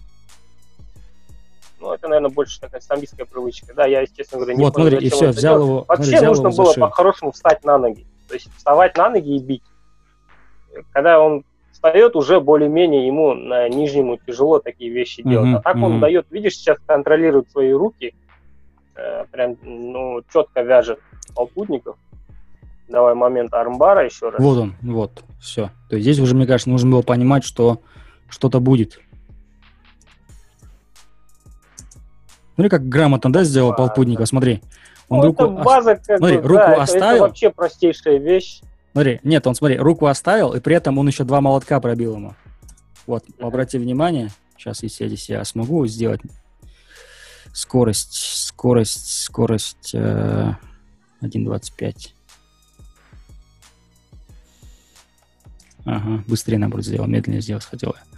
Speaker 2: Ну, это, наверное, больше такая самбистская привычка. Да, я, честно говоря, не
Speaker 1: вот,
Speaker 2: понял,
Speaker 1: смотри, и все, взял его.
Speaker 2: Вообще
Speaker 1: смотри,
Speaker 2: нужно было по-хорошему встать на ноги. То есть вставать на ноги и бить. Когда он встает, уже более-менее ему на нижнему тяжело такие вещи делать. А так он дает, видишь, сейчас контролирует свои руки, прям, четко вяжет Полпутников. Давай момент армбара еще раз.
Speaker 1: Вот он, вот, все. То есть здесь уже, мне кажется, нужно было понимать, что что-то будет. Смотри, как грамотно, да, сделал Полпутников, смотри. Он руку оставил.
Speaker 2: Это вообще простейшая вещь.
Speaker 1: Смотри, нет, он, смотри, руку оставил, и при этом он еще 2 молотка пробил ему. Вот, обрати внимание. Сейчас, если я смогу сделать скорость 1.25. Ага, быстрее, наоборот, сделал, медленнее сделал, хотел я.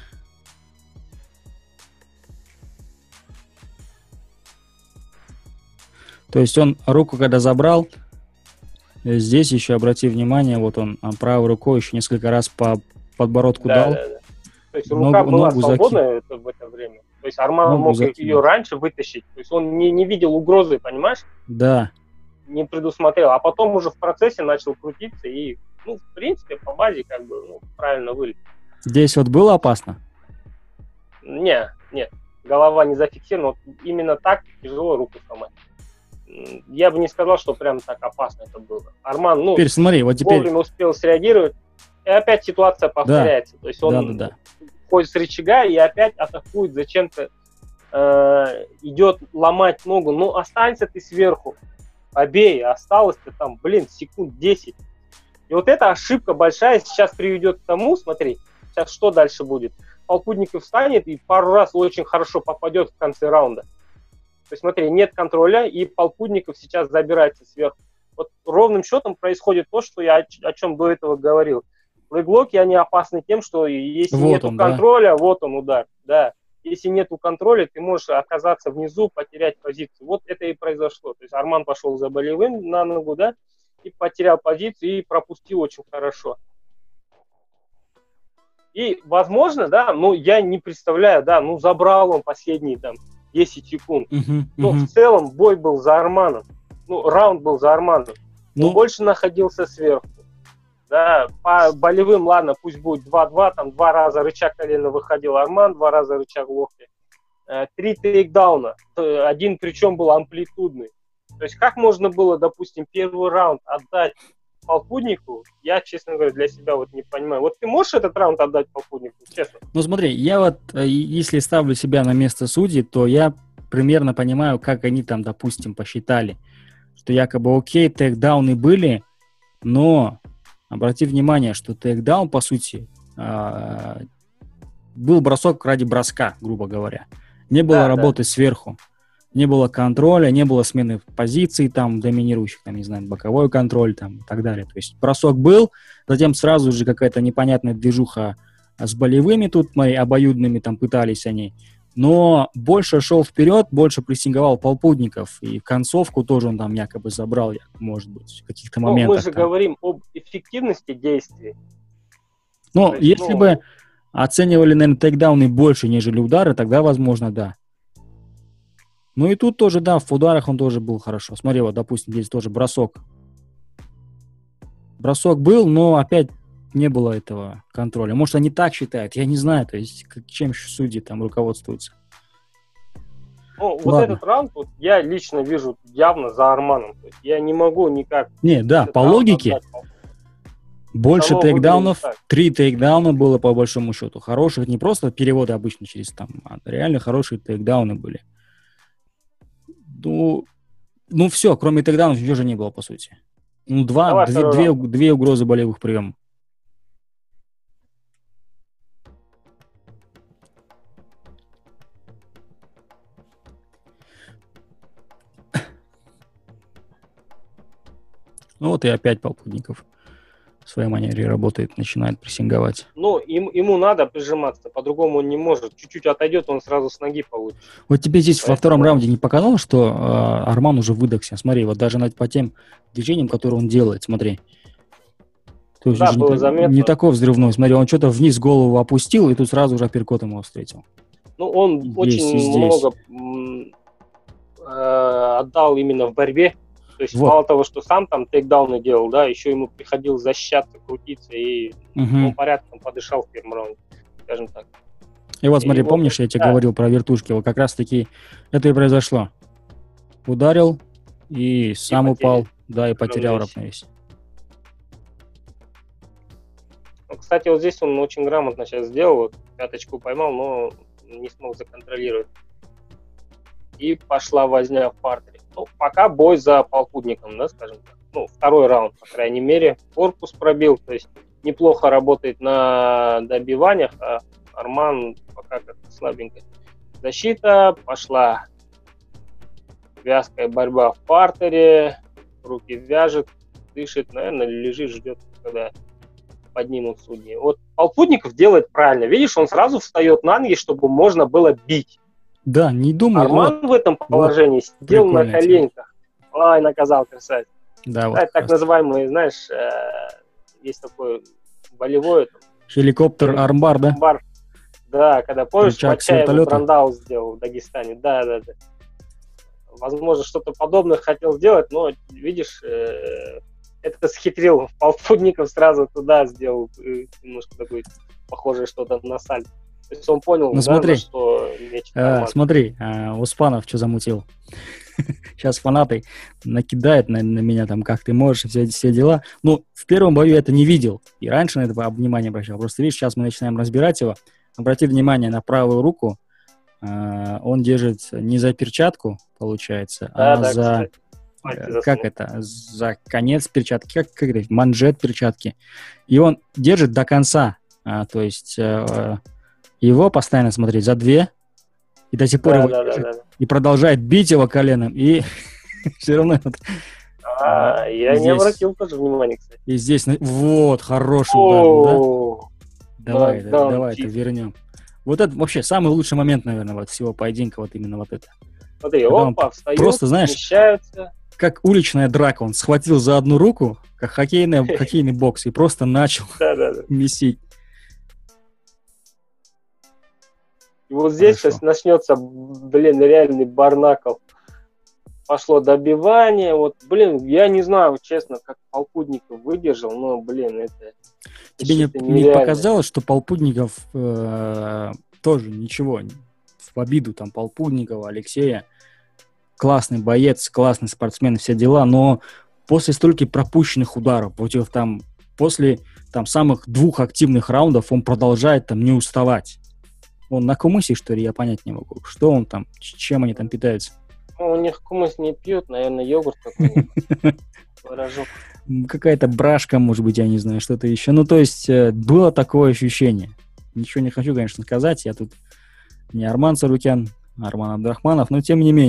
Speaker 1: То есть он руку, когда забрал, здесь еще, обрати внимание, вот он правой рукой еще несколько раз по подбородку дал.
Speaker 2: Да. То есть рука была свободная в это время. То есть Арман мог ее раньше вытащить. То есть он не видел угрозы, понимаешь?
Speaker 1: Да.
Speaker 2: Не предусмотрел. А потом уже в процессе начал крутиться и, в принципе, по базе как бы правильно вылез.
Speaker 1: Здесь вот было опасно?
Speaker 2: Нет. Голова не зафиксирована. Вот именно так тяжело руку сломать. Я бы не сказал, что прям так опасно это было. Арман,
Speaker 1: теперь смотри, вот теперь...
Speaker 2: вовремя успел среагировать, и опять ситуация повторяется. Да. То есть он ходит с рычага и опять атакует, зачем-то идет ломать ногу. Останься ты сверху, побей, осталось-то там, секунд 10. И вот эта ошибка большая сейчас приведет к тому, смотри, сейчас что дальше будет. Полпутников встанет и пару раз очень хорошо попадет в конце раунда. То есть, смотри, нет контроля, и Полпутников сейчас забирается сверху. Вот ровным счетом происходит то, что я о чем до этого говорил. Леглоки, они опасны тем, что если нет контроля, вот он удар. Да. Если нет контроля, ты можешь оказаться внизу, потерять позицию. Вот это и произошло. То есть Арман пошел за болевым на ногу, да, и потерял позицию, и пропустил очень хорошо. И, возможно, да, я не представляю, да, забрал он последние там 10 секунд. Но в целом бой был за Арманом. Раунд был за Арманом. Он больше находился сверху. Да, по болевым, ладно, пусть будет 2-2, там 2 раза рычаг колена выходил Арман, 2 раза рычаг локтя. 3 тейкдауна, 1 причем был амплитудный. То есть как можно было, допустим, первый раунд отдать Полпутнику, я, честно говоря, для себя вот не понимаю. Вот ты можешь этот раунд отдать Полпутнику, честно?
Speaker 1: Смотри, я вот, если ставлю себя на место судьи, то я примерно понимаю, как они там, допустим, посчитали, что якобы окей, тейкдауны были, но обрати внимание, что тейкдаун, по сути, был бросок ради броска, грубо говоря. Не было работы сверху. не было контроля, не было смены позиций, там, доминирующих, там, не знаю, боковой контроль, там, и так далее. То есть бросок был, затем сразу же какая-то непонятная движуха с болевыми тут, мои обоюдными, там, пытались они. Но больше шел вперед, больше прессинговал Полпутников, и концовку тоже он там якобы забрал, может быть, в каких-то моментах.
Speaker 2: Мы же
Speaker 1: там
Speaker 2: говорим об эффективности действий.
Speaker 1: Но если бы оценивали, наверное, тейкдауны больше, нежели удары, тогда, возможно, да. Ну и тут тоже, да, в ударах он тоже был хорошо. Смотри, вот, допустим, здесь тоже бросок. Бросок был, но опять не было этого контроля. Может, они так считают, я не знаю, то есть чем судьи там руководствуются.
Speaker 2: Ну, вот этот раунд вот, я лично вижу явно за Арманом. То есть я не могу никак...
Speaker 1: Не, да, по логике больше тейкдаунов, 3 тейкдауна было по большому счету. Хороших, не просто переводы обычно через там, а реально хорошие тейкдауны были. Ну все, кроме тейкдаунов ничего же не было, по сути. Ну, две угрозы болевых приемов. Ну вот и опять Полпутников в своей манере работает, начинает прессинговать.
Speaker 2: Ну, ему надо прижиматься, по-другому он не может. Чуть-чуть отойдет, он сразу с ноги получит.
Speaker 1: Вот тебе здесь во втором раунде не показалось, что Арман уже выдохся? Смотри, вот даже по тем движениям, которые он делает, смотри. То есть
Speaker 2: да, было заметно.
Speaker 1: Не такой взрывной. Смотри, он что-то вниз голову опустил, и тут сразу же апперкот его встретил.
Speaker 2: Ну, он здесь, очень много отдал именно в борьбе. То есть мало того, что сам там тейкдауны делал, да, еще ему приходилось защищаться, крутиться, и он порядком подышал в первом раунде, скажем так.
Speaker 1: И вот смотри, помнишь, я тебе говорил про вертушки, вот как раз-таки это и произошло. Ударил, и сам упал, да, и потерял равновесие.
Speaker 2: Ну, кстати, вот здесь он очень грамотно сейчас сделал, вот, пяточку поймал, но не смог законтролировать. И пошла возня в партере. Ну, пока бой за Полпутником, да, скажем так. Ну, второй раунд, по крайней мере. Корпус пробил, то есть неплохо работает на добиваниях, а Арман пока как-то слабенько. Защита, пошла вязкая борьба в партере, руки вяжет, дышит, наверное, лежит, ждет, когда поднимут судьи. Вот Полпутников делает правильно. Видишь, он сразу встает на ноги, чтобы можно было бить.
Speaker 1: Да, не думаю.
Speaker 2: Арман в этом положении сидел на коленках. Ай, наказал, красавец.
Speaker 1: Да, вот.
Speaker 2: Это так называемый, знаешь, есть такой болевой...
Speaker 1: Хеликоптер армбар, да?
Speaker 2: Армбар. Да, когда, помнишь, Мачаев Брандау сделал в Дагестане. Да. Возможно, что-то подобное хотел сделать, но, видишь, это схитрил. Полпутников сразу туда сделал немножко такой похожее что-то на сальто. То есть он понял,
Speaker 1: ну, смотри,
Speaker 2: что
Speaker 1: смотри, Успанов что замутил. Сейчас фанаты накидают на меня там, как ты можешь, все дела. Ну, в первом бою я это не видел. И раньше на это внимание обращал. Просто видишь, сейчас мы начинаем разбирать его. Обрати внимание на правую руку. Он держит не за перчатку, получается, за... Как это? За конец перчатки. Как это? Манжет перчатки. И он держит до конца. То есть... его постоянно смотреть за две, и до сих пор его держит, и продолжает бить его коленом, и все равно...
Speaker 2: я не обратил тоже внимания, кстати.
Speaker 1: И здесь, вот, хороший удар, да? Давай это вернем. Вот это вообще самый лучший момент, наверное, вот всего поединка, вот именно вот это.
Speaker 2: Смотри, опа, встает,
Speaker 1: просто, знаешь,
Speaker 2: смещается.
Speaker 1: Как уличная драка, он схватил за одну руку, как хоккейный бокс, и просто начал месить.
Speaker 2: И вот здесь сейчас начнется, реальный барнакл. Пошло добивание. Вот, я не знаю, честно, как Полпутников выдержал, но, это...
Speaker 1: Тебе не показалось, что Полпутников тоже ничего, в обиду там Полпутникова, Алексея, классный боец, классный спортсмен, все дела, но после стольких пропущенных ударов, после самых 2 активных раундов он продолжает не уставать. Он на кумысе, что ли, я понять не могу. Что он там, чем они там питаются?
Speaker 2: Ну, у них кумыс не пьют, наверное, йогурт какой-нибудь. Творожок.
Speaker 1: Какая-то брашка, может быть, я не знаю, что-то еще. Ну, то есть, было такое ощущение. Ничего не хочу, конечно, сказать. Я тут не Арман Царукян, Арман Абдрахманов, но тем не менее.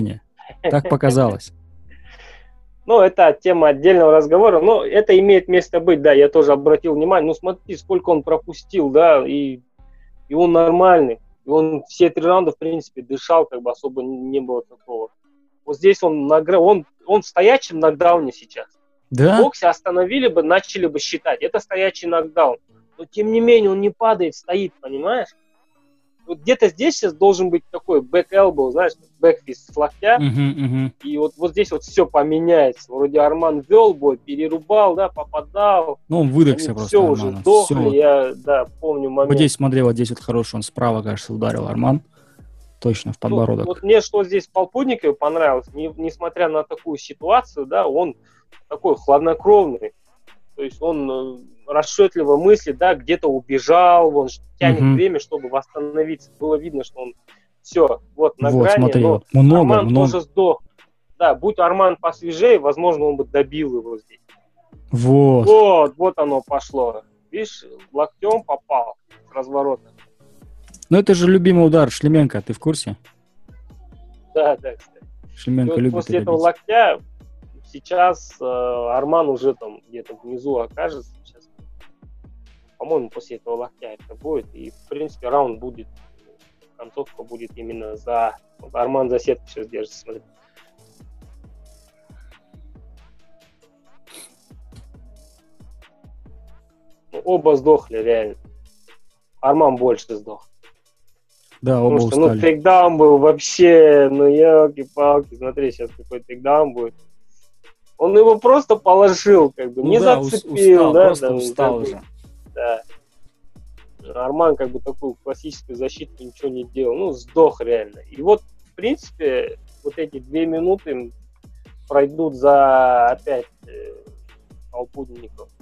Speaker 1: Так показалось.
Speaker 2: Ну, это тема отдельного разговора, но это имеет место быть, да, я тоже обратил внимание. Ну, смотри, сколько он пропустил, да, и он нормальный. И он все 3 раунда, в принципе, дышал, как бы особо не было такого. Вот здесь он в стоячем нокдауне сейчас.
Speaker 1: Да?
Speaker 2: В боксе остановили бы, начали бы считать. Это стоячий нокдаун. Но, тем не менее, он не падает, стоит, понимаешь? Вот где-то здесь сейчас должен быть такой back elbow, знаешь, бэкфист с локтя. И вот здесь вот все поменяется. Вроде Арман вел бой, перерубал, да, попадал.
Speaker 1: Ну, он выдохся просто.
Speaker 2: Все уже сдохли, я, да, помню момент.
Speaker 1: Вот здесь, смотри, вот здесь вот хороший, он справа, кажется, ударил Арман. Точно, в подбородок.
Speaker 2: Ну, вот мне что здесь Полпудникову понравилось, несмотря на такую ситуацию, да, он такой хладнокровный. То есть он расчетливо мыслит, да, где-то убежал, он тянет время, чтобы восстановиться. Было видно, что он все, вот на грани.
Speaker 1: Смотри,
Speaker 2: но
Speaker 1: вот много.
Speaker 2: Арман тоже сдох. Да, будь Арман посвежее, возможно, он бы добил его здесь. Вот оно пошло. Видишь, локтем попал с разворота.
Speaker 1: Ну, это же любимый удар Шлеменко, ты в курсе?
Speaker 2: Да, кстати.
Speaker 1: Шлеменко любит
Speaker 2: после этого локтя сейчас Арман уже там где-то внизу окажется. Сейчас, по-моему, после этого локтя это будет. И, в принципе, раунд будет, концовка будет именно за... Вот Арман за сетку сейчас держится, смотри. Оба сдохли, реально. Арман больше сдох.
Speaker 1: Да, оба
Speaker 2: потому что,
Speaker 1: устали.
Speaker 2: тейкдаун был вообще, елки-палки, смотри, сейчас какой тейкдаун будет. Он его просто положил, как бы, не зацепил,
Speaker 1: устал,
Speaker 2: да,
Speaker 1: просто устал уже.
Speaker 2: Да. Арман, как бы, такую классическую защиту ничего не делал, сдох реально. И вот, в принципе, вот эти 2 минуты пройдут за опять Полпудников.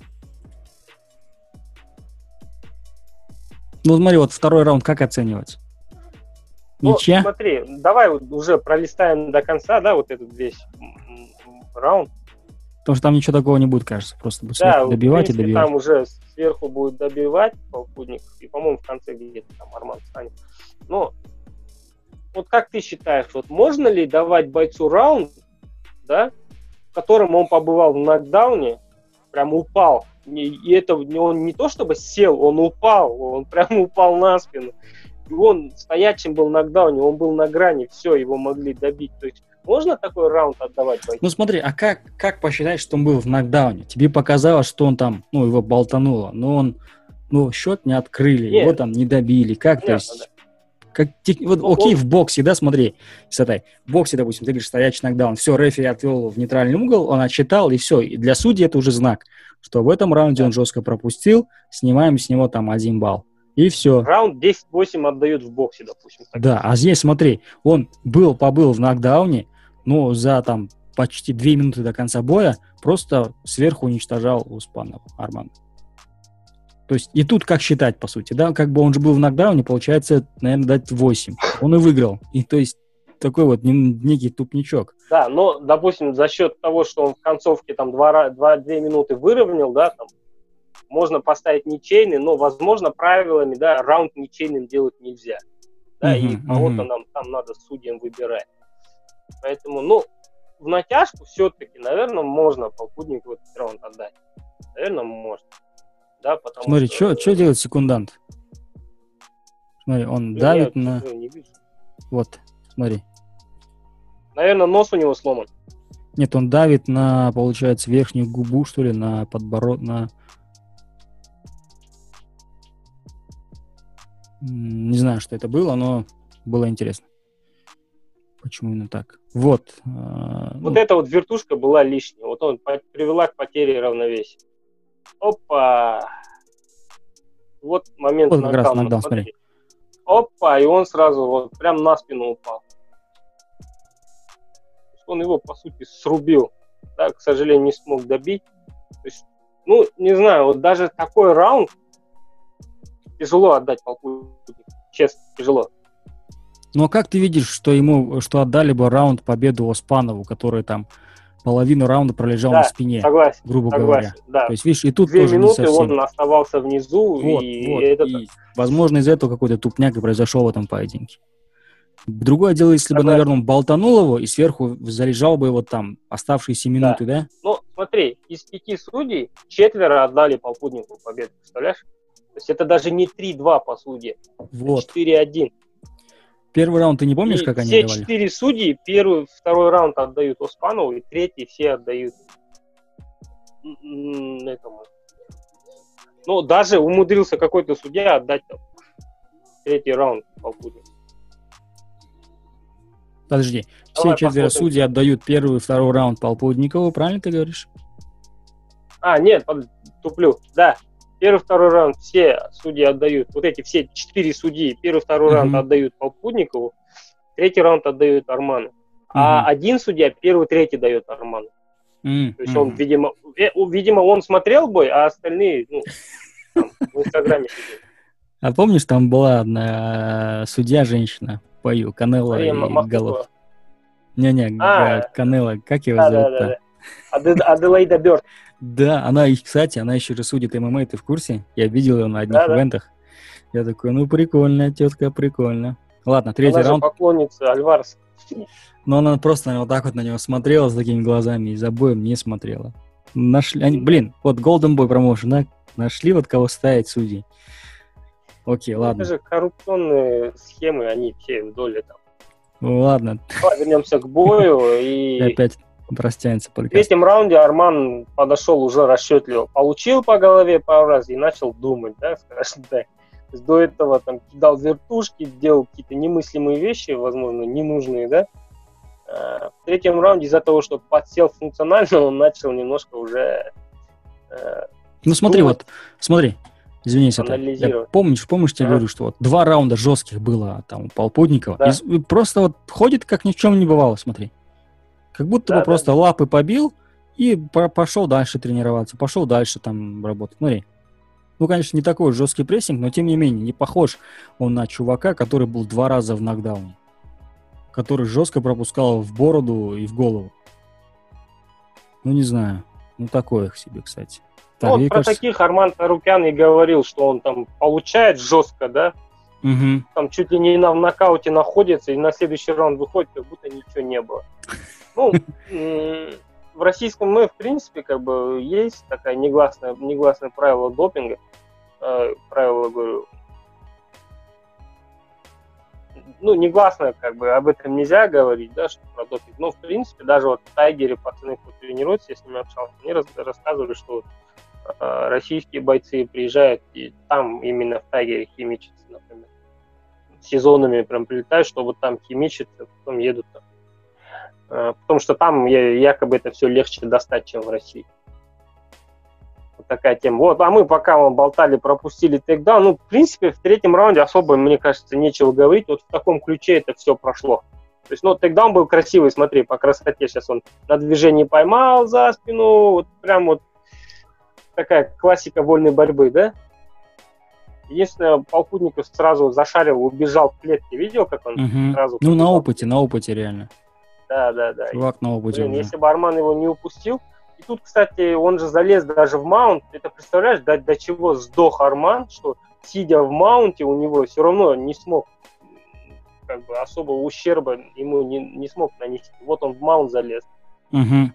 Speaker 1: Ну, смотри, вот второй раунд как оценивать? Ничья?
Speaker 2: Смотри, давай уже пролистаем до конца, да, вот этот весь раунд.
Speaker 1: Потому что там ничего такого не будет, кажется. Просто будет сверху добивать,
Speaker 2: в принципе,
Speaker 1: и добивать.
Speaker 2: Там уже сверху будет добивать Полпудников, и, по-моему, в конце где-то там Арман встанет. Но вот как ты считаешь, вот можно ли давать бойцу раунд, да, в котором он побывал в нокдауне, прям упал, и это он не то чтобы сел, он упал, он прямо упал на спину. И он стоячим был в нокдауне, он был на грани, все, его могли добить. То есть можно такой раунд отдавать бойцу?
Speaker 1: Ну смотри, а как посчитать, что он был в нокдауне? Тебе показалось, что он там, его болтануло, но счет не открыли, его там не добили. Как, понятно, то есть... Да. Окей, в боксе, да, смотри, в боксе, допустим, ты говоришь, стоячий нокдаун, все, рефери отвел в нейтральный угол, он отсчитал, и все. И для судьи это уже знак, что в этом раунде он жестко пропустил, снимаем с него там 1 балл. И все.
Speaker 2: Раунд 10-8 отдают в боксе, допустим.
Speaker 1: Да, а здесь, смотри, он побыл в нокдауне, но за там почти 2 минуты до конца боя просто сверху уничтожал Успанова Арман. То есть и тут как считать, по сути, да, как бы он же был в нокдауне, получается, наверное, дать 8. Он и выиграл. И то есть такой вот некий тупничок.
Speaker 2: Да, но, допустим, за счет того, что он в концовке там 2 минуты выровнял, да, там, можно поставить ничейный, но, возможно, правилами, да, раунд ничейным делать нельзя. Да, и кого-то нам там надо судьям выбирать. Поэтому, в натяжку все-таки, наверное, можно Полпуднику этот раунд отдать. Наверное, можно. Да,
Speaker 1: смотри, что делает секундант? Смотри, он давит на... Вот, смотри.
Speaker 2: Наверное, нос у него сломан.
Speaker 1: Нет, он давит на, получается, верхнюю губу, что ли, на подбородок, на... Не знаю, что это было, но было интересно. Почему именно так? Вот.
Speaker 2: Вот эта вот вертушка была лишняя. Вот он привела к потере равновесия. Опа! Вот момент
Speaker 1: вот как раз нокдаун, смотри.
Speaker 2: Опа! И он сразу вот прям на спину упал. Он его, по сути, срубил. Да, к сожалению, не смог добить. То есть, не знаю, вот даже такой раунд тяжело отдать Полпуднику. Честно, тяжело.
Speaker 1: Ну, а как ты видишь, что отдали бы раунд победу Оспанову, который там половину раунда пролежал на спине,
Speaker 2: согласен,
Speaker 1: грубо говоря.
Speaker 2: Да.
Speaker 1: То есть, видишь, и тут
Speaker 2: 2
Speaker 1: тоже
Speaker 2: минуты
Speaker 1: не совсем.
Speaker 2: Он оставался внизу,
Speaker 1: и возможно, из-за этого какой-то тупняк и произошел в этом поединке. Другое дело, если бы, наверное, он болтанул его и сверху заряжал бы его там оставшиеся минуты, да?
Speaker 2: Ну, смотри, из 5 судей 4 отдали Полпутнику победу, представляешь? То есть это даже не 3-2 по сути,
Speaker 1: Вот.
Speaker 2: 4-1.
Speaker 1: Первый раунд ты не помнишь,
Speaker 2: И
Speaker 1: как они
Speaker 2: все
Speaker 1: давали?
Speaker 2: 4 судьи, первый, второй раунд отдают Оспанову, и третий все отдают этому. Ну, даже умудрился какой-то судья отдать там, третий раунд Полпутнику.
Speaker 1: Подожди,
Speaker 2: Давай
Speaker 1: все 4
Speaker 2: посмотрим.
Speaker 1: судьи отдают первый и второй раунд Полпутникову, правильно ты говоришь?
Speaker 2: Нет, туплю. Да, первый, второй раунд все судьи отдают. Вот эти все 4 судьи, первый, второй раунд отдают Полпутникову, третий раунд отдают Арману. А один судья первый, третий дает Арману. То есть он, видимо, он смотрел бой, а остальные, там, в Инстаграме сидели.
Speaker 1: А помнишь, там была одна судья, женщина, в бою, Канело
Speaker 2: Мария
Speaker 1: и
Speaker 2: Махмутова.
Speaker 1: Голов. Не-не, Канело, как его зовут-то?
Speaker 2: Аделаида Бёрд.
Speaker 1: Да, кстати, она еще же судит ММА, ты в курсе? Я видел ее на одних ивентах. Я такой, прикольная тетка, прикольно. Ладно, третий раунд.
Speaker 2: Она же поклонница Альвареса.
Speaker 1: Но она просто вот так вот на него смотрела с такими глазами и за боем не смотрела. Нашли, вот Golden Boy Promotion, нашли вот кого ставить судей. Окей, ладно.
Speaker 2: Это же коррупционные схемы, они все вдоль этого.
Speaker 1: Ладно.
Speaker 2: Давай вернемся к бою. И
Speaker 1: опять растянется подкаст.
Speaker 2: В третьем раунде Арман подошел уже расчетливо. Получил по голове пару раз и начал думать, да, скажем так. До этого там кидал вертушки, делал какие-то немыслимые вещи, возможно, ненужные, да. В третьем раунде из-за того, что подсел функционально, он начал немножко уже
Speaker 1: смотри, смотри, извинись, помнишь, тебе говорю, что вот 2 раунда жестких было там у Полпутникова, да. И просто вот ходит, как ни в чем не бывало, смотри. Как будто бы просто лапы побил и пошел дальше тренироваться, пошел дальше там работать. Смотри. Конечно, не такой жесткий прессинг, но тем не менее, не похож он на чувака, который был 2 раза в нокдауне. Который жестко пропускал в бороду и в голову. Не знаю. Такое их себе, кстати.
Speaker 2: Так, про таких Арман Тарукян и говорил, что он там получает жестко, да?
Speaker 1: Угу.
Speaker 2: Там чуть ли не в нокауте находится, и на следующий раунд выходит, как будто ничего не было. В российском ММА, в принципе, как бы есть такое негласное правило допинга. Правило, говорю, негласно, как бы, об этом нельзя говорить, да, что про допинг. Но, в принципе, даже вот в Тайгере пацаны, кто тренируются, я с ними общался, они рассказывали, что российские бойцы приезжают, и там именно в Тайгере химичатся, например. Сезонами прям прилетают, чтобы там химичиться, потом едут там. Потому что там якобы это все легче достать, чем в России. Вот такая тема. Вот, а мы пока болтали, пропустили тейкдаун. В принципе, в третьем раунде особо, мне кажется, нечего говорить. Вот в таком ключе это все прошло. То есть, тейкдаун был красивый, смотри, по красоте. Сейчас он на движении поймал за спину. Вот прям вот такая классика вольной борьбы, да? Единственное, Полпутников сразу зашарил, убежал в клетке. Видел, как он сразу...
Speaker 1: на опыте реально.
Speaker 2: Да.
Speaker 1: Чувак на опыте.
Speaker 2: Если бы Арман его не упустил. И тут, кстати, он же залез даже в маунт. Это представляешь, до чего сдох Арман, что сидя в маунте у него все равно не смог, как бы особого ущерба ему не смог нанести. Вот он в маунт залез.
Speaker 1: Угу.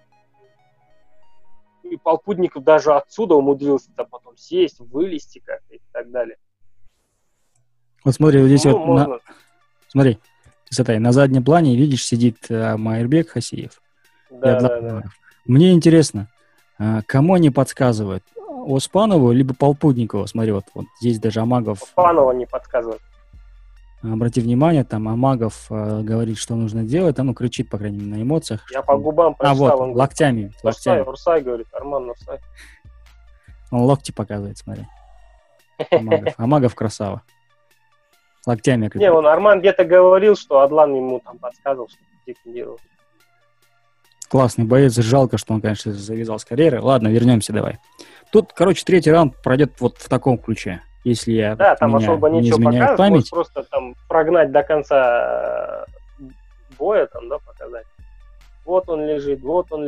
Speaker 2: И Полпутников даже отсюда умудрился потом сесть, вылезти как-то и так далее.
Speaker 1: Вот смотри, вот здесь смотри, на заднем плане, видишь, сидит Майербек Хасиев.
Speaker 2: Да.
Speaker 1: Мне интересно, кому они подсказывают? Оспанову либо Полпутникову? Смотри, вот здесь даже Амагов...
Speaker 2: Оспанова не подсказывает.
Speaker 1: Обрати внимание, там Амагов говорит, что нужно делать, кричит, по крайней мере, на эмоциях.
Speaker 2: Я по губам прочитал.
Speaker 1: Вот, локтями.
Speaker 2: Урсай, говорит, Арман Урсай.
Speaker 1: Он локти показывает, смотри. Амагов красава. Локтями.
Speaker 2: Арман где-то говорил, что Адлан ему там подсказывал, что дефендировал.
Speaker 1: Классный боец, жалко, что он, конечно, завязал с карьеры. Ладно, вернемся давай. Тут, третий раунд пройдет вот в таком ключе. Если я
Speaker 2: там особо
Speaker 1: не
Speaker 2: нечего
Speaker 1: изменяет
Speaker 2: показывать,
Speaker 1: память.
Speaker 2: Просто там прогнать до конца боя, показать. Вот он лежит.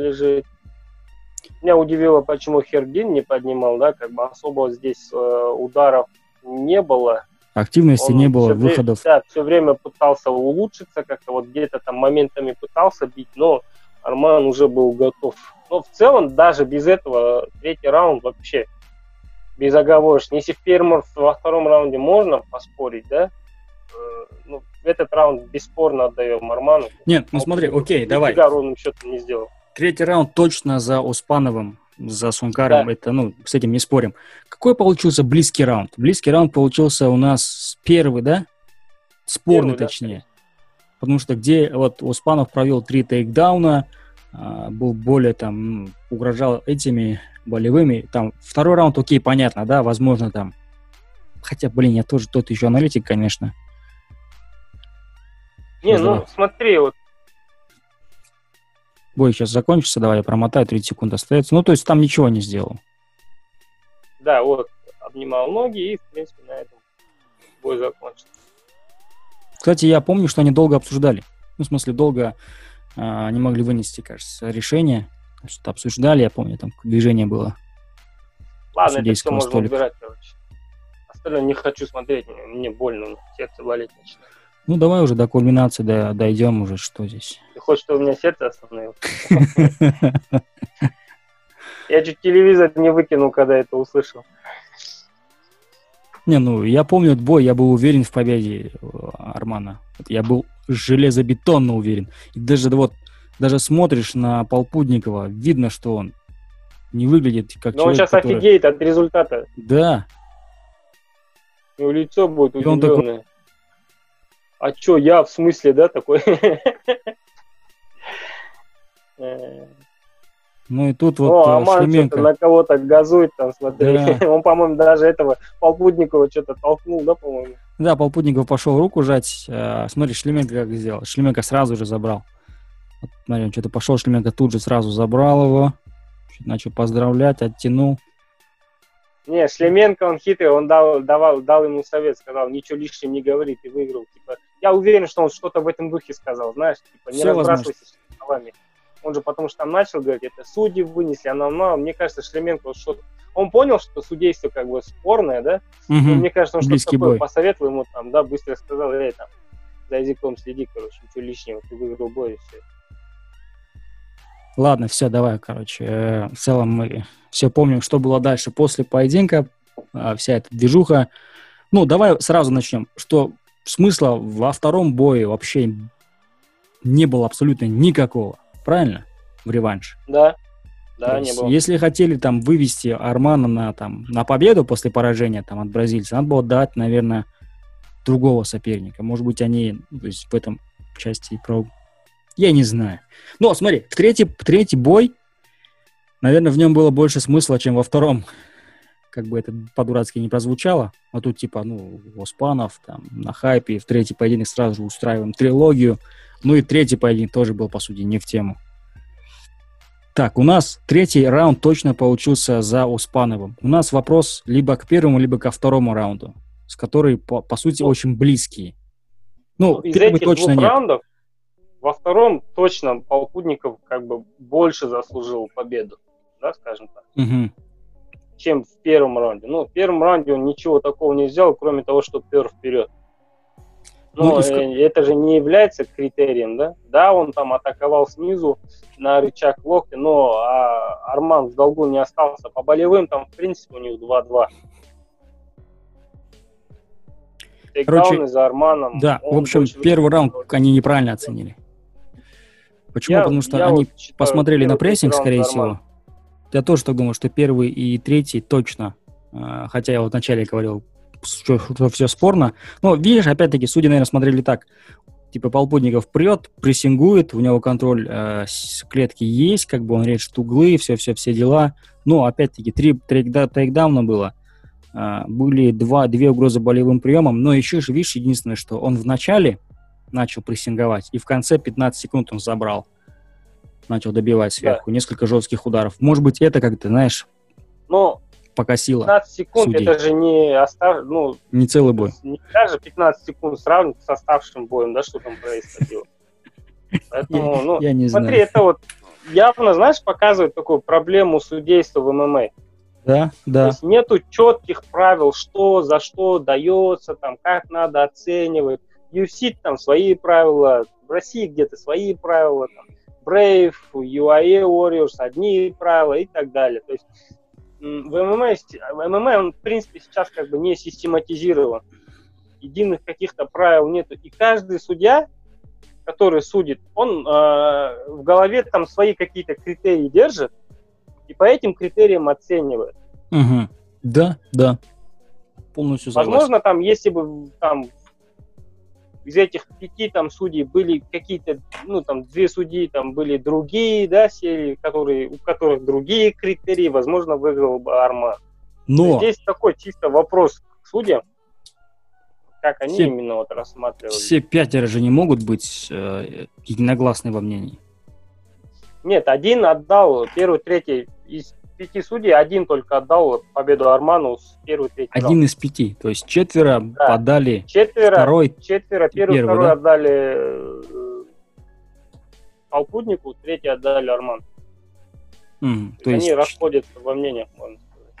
Speaker 2: Меня удивило, почему Хердин не поднимал, да, как бы особо здесь ударов не было.
Speaker 1: Активности не было, выходов.
Speaker 2: Да, все время пытался улучшиться, как-то вот где-то там моментами пытался бить, но Арман уже был готов. Но в целом, даже без этого, третий раунд вообще безоговорочно. Если в первом, во втором раунде можно поспорить, да, ну, этот раунд бесспорно отдаем Арману.
Speaker 1: Нет, ну смотри, окей, давай.
Speaker 2: Ровным счетом не сделал.
Speaker 1: Третий раунд точно за Оспановым, за Сункаром,
Speaker 2: Да.
Speaker 1: это, ну, с этим не спорим. Какой получился близкий раунд? Близкий раунд получился у нас первый, да? Спорный,
Speaker 2: Первый,
Speaker 1: точнее.
Speaker 2: Да.
Speaker 1: Потому что где вот Оспанов провел 3 тейкдауна, был более там, угрожал этими болевыми. Там второй раунд, окей, понятно, да, возможно там. Хотя, блин, я тоже тот еще аналитик, конечно.
Speaker 2: Не, ну смотри, вот.
Speaker 1: Бой сейчас закончится, давай я промотаю, 30 секунд остается. Ну, то есть там ничего не сделал.
Speaker 2: Да, вот, обнимал ноги и, в принципе, на этом бой закончился.
Speaker 1: Кстати, я помню, что они долго обсуждали. Ну, в смысле, долго не могли вынести, кажется, решение. Что-то обсуждали, я помню, там движение было.
Speaker 2: Ладно, это все можно убирать, короче. Остальное не хочу смотреть, мне больно, сердце болеть начинает.
Speaker 1: Ну, давай уже до кульминации дойдем уже, что здесь.
Speaker 2: Ты хочешь, чтобы у меня сердце остановилось? Я чуть телевизор не выкинул, когда это услышал.
Speaker 1: Не, ну, я помню этот бой, я был уверен в победе Армана. Я был железобетонно уверен. И даже смотришь на Полпудникова, видно, что он не выглядит как человек,
Speaker 2: но он сейчас офигеет от результата.
Speaker 1: Да.
Speaker 2: Его лицо будет удивленное. А чё, я в смысле, да, такой?
Speaker 1: Ну и тут вот
Speaker 2: Аман
Speaker 1: Шлеменко
Speaker 2: на кого-то газует там, смотри. Да. Он, по-моему, даже этого Полпудникова что-то толкнул, да, по-моему?
Speaker 1: Да, Полпудников пошел руку жать. Смотри, Шлеменко как сделал. Шлеменко сразу же забрал. Вот, смотри, он что-то пошел, Шлеменко тут же сразу забрал его. Начал поздравлять, оттянул.
Speaker 2: Не, Шлеменко, он хитрый, он дал ему совет, сказал, ничего лишнего не говори, ты выиграл. Типа, я уверен, что он что-то в этом духе сказал, знаешь, типа, не разбрасывайся словами. Он же потому что там начал говорить, это судьи вынесли, мне кажется, Шлеменко он понял, что судейство как бы спорное, да? Мне кажется, он что-то такое посоветовал ему там, да, быстро сказал, там, за языком следи, короче, ничего лишнего, ты выиграл бой и все.
Speaker 1: Ладно, все, давай, короче. В целом мы все помним, что было дальше после поединка, вся эта движуха. Ну, давай сразу начнем, что смысла во втором бое вообще не было абсолютно никакого, правильно? В реванше.
Speaker 2: Да, не было.
Speaker 1: Если хотели там вывести Армана на победу после поражения там, от бразильца, надо было дать, наверное, другого соперника. Может быть, они то есть, в этом части я не знаю. Но смотри, третий бой, наверное, в нем было больше смысла, чем во втором. Как бы это по-дурацки не прозвучало. А тут типа, Оспанов там на хайпе. В третий поединок сразу же устраиваем трилогию. Ну и третий поединок тоже был, по сути, не в тему. Так, у нас третий раунд точно получился за Оспановым. У нас вопрос либо к первому, либо ко второму раунду, с которой, по сути, очень близкие.
Speaker 2: Из этих точно двух раундов во втором точно Полпудников как бы больше заслужил победу, да, скажем так, чем в первом раунде. В первом раунде он ничего такого не взял, кроме того, что пер вперед. Но это же не является критерием, да? Да, он там атаковал снизу на рычаг локтя, но Арман в долгу не остался. По болевым там, в принципе, у них 2-2. Тейкдауны за Арманом.
Speaker 1: Да, в общем, первый раунд они неправильно оценили. Почему? Потому что они посмотрели на прессинг, скорее всего. Я тоже так думаю, что первый и третий точно. Хотя я вот вначале говорил, что все спорно. Но, видишь, опять-таки, судьи, наверное, смотрели так. Типа, Полпудников прет, прессингует, у него контроль клетки есть, как бы он режет углы, все дела. Но, опять-таки, 3 тейкдауна было. Были две угрозы болевым приемом. Но еще же, видишь, единственное, что он в начале начал прессинговать, и в конце 15 секунд он забрал. Начал добивать сверху. Да. Несколько жестких ударов. Может быть, это как-то, знаешь, покосило
Speaker 2: 15 секунд, судей. Это же
Speaker 1: не целый бой.
Speaker 2: Не даже 15 секунд сравнивать с оставшим боем, да, что там происходило. Поэтому,
Speaker 1: я не
Speaker 2: смотри,
Speaker 1: знаю.
Speaker 2: это вот явно, знаешь, показывает такую проблему судейства в ММА.
Speaker 1: Да,
Speaker 2: То
Speaker 1: да.
Speaker 2: есть нету четких правил, что за что дается, там, как надо оценивать. UFC там свои правила, в России где-то свои правила, там, Brave, UAE Warriors одни правила и так далее. То есть в ММА он, в принципе, сейчас как бы не систематизирован. Единых каких-то правил нету. И каждый судья, который судит, он в голове там свои какие-то критерии держит, и по этим критериям оценивает.
Speaker 1: Угу. Да, да. Полностью согласен.
Speaker 2: Возможно, там, если бы там из этих 5 там судей были какие-то, ну, там, 2 судьи, там были другие, да, серии, у которых другие критерии, возможно, выиграл бы Арман.
Speaker 1: Но
Speaker 2: здесь такой чисто вопрос к судьям, как они
Speaker 1: все,
Speaker 2: именно вот рассматривали.
Speaker 1: все 5 же не могут быть единогласны во мнении.
Speaker 2: Нет, один отдал первый, третий из 5 судей, один только отдал победу Арману с первый, третий раунд.
Speaker 1: 1 из 5, то есть 4 подали
Speaker 2: Четверо,
Speaker 1: второй,
Speaker 2: первый, второй
Speaker 1: да?
Speaker 2: отдали Полкуднику, третий отдали Арману.
Speaker 1: То есть
Speaker 2: они расходятся во мнениях, можно сказать.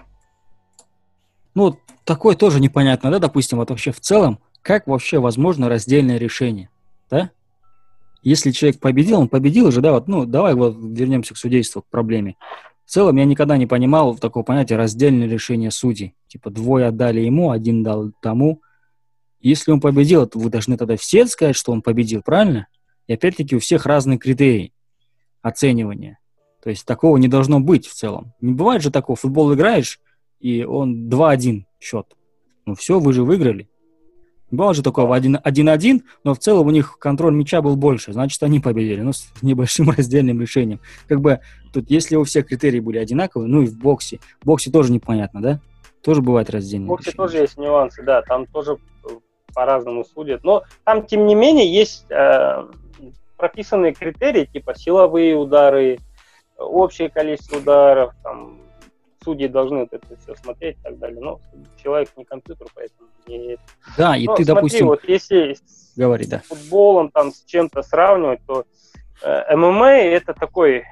Speaker 1: Ну, такое тоже непонятно, да, допустим, вот вообще в целом, как вообще возможно раздельное решение, да? Если человек победил, он победил же, да, вот, ну, давай вот вернемся к судейству, к проблеме. В целом я никогда не понимал такого понятия раздельное решение судей. Типа 2 отдали ему, 1 дал тому. Если он победил, то вы должны тогда все сказать, что он победил, правильно? И опять-таки у всех разные критерии оценивания. То есть такого не должно быть в целом. Не бывает же такого, в футбол играешь, и он 2-1 счет. Ну все, вы же выиграли. Бывало же такого 1-1, но в целом у них контроль мяча был больше, значит, они победили, но с небольшим раздельным решением. Как бы тут, если у всех критерии были одинаковые, ну и в боксе. В боксе тоже непонятно, да? Тоже бывает раздельное решение.
Speaker 2: В боксе тоже есть нюансы, да, там тоже по-разному судят. Но там, тем не менее, есть прописанные критерии, типа силовые удары, общее количество ударов, там, судьи должны это все смотреть и так далее. Но человек не компьютер, поэтому не...
Speaker 1: Да, и
Speaker 2: но,
Speaker 1: ты,
Speaker 2: смотри,
Speaker 1: допустим...
Speaker 2: вот если
Speaker 1: говори, да.
Speaker 2: с футболом там с чем-то сравнивать, то ММА это такой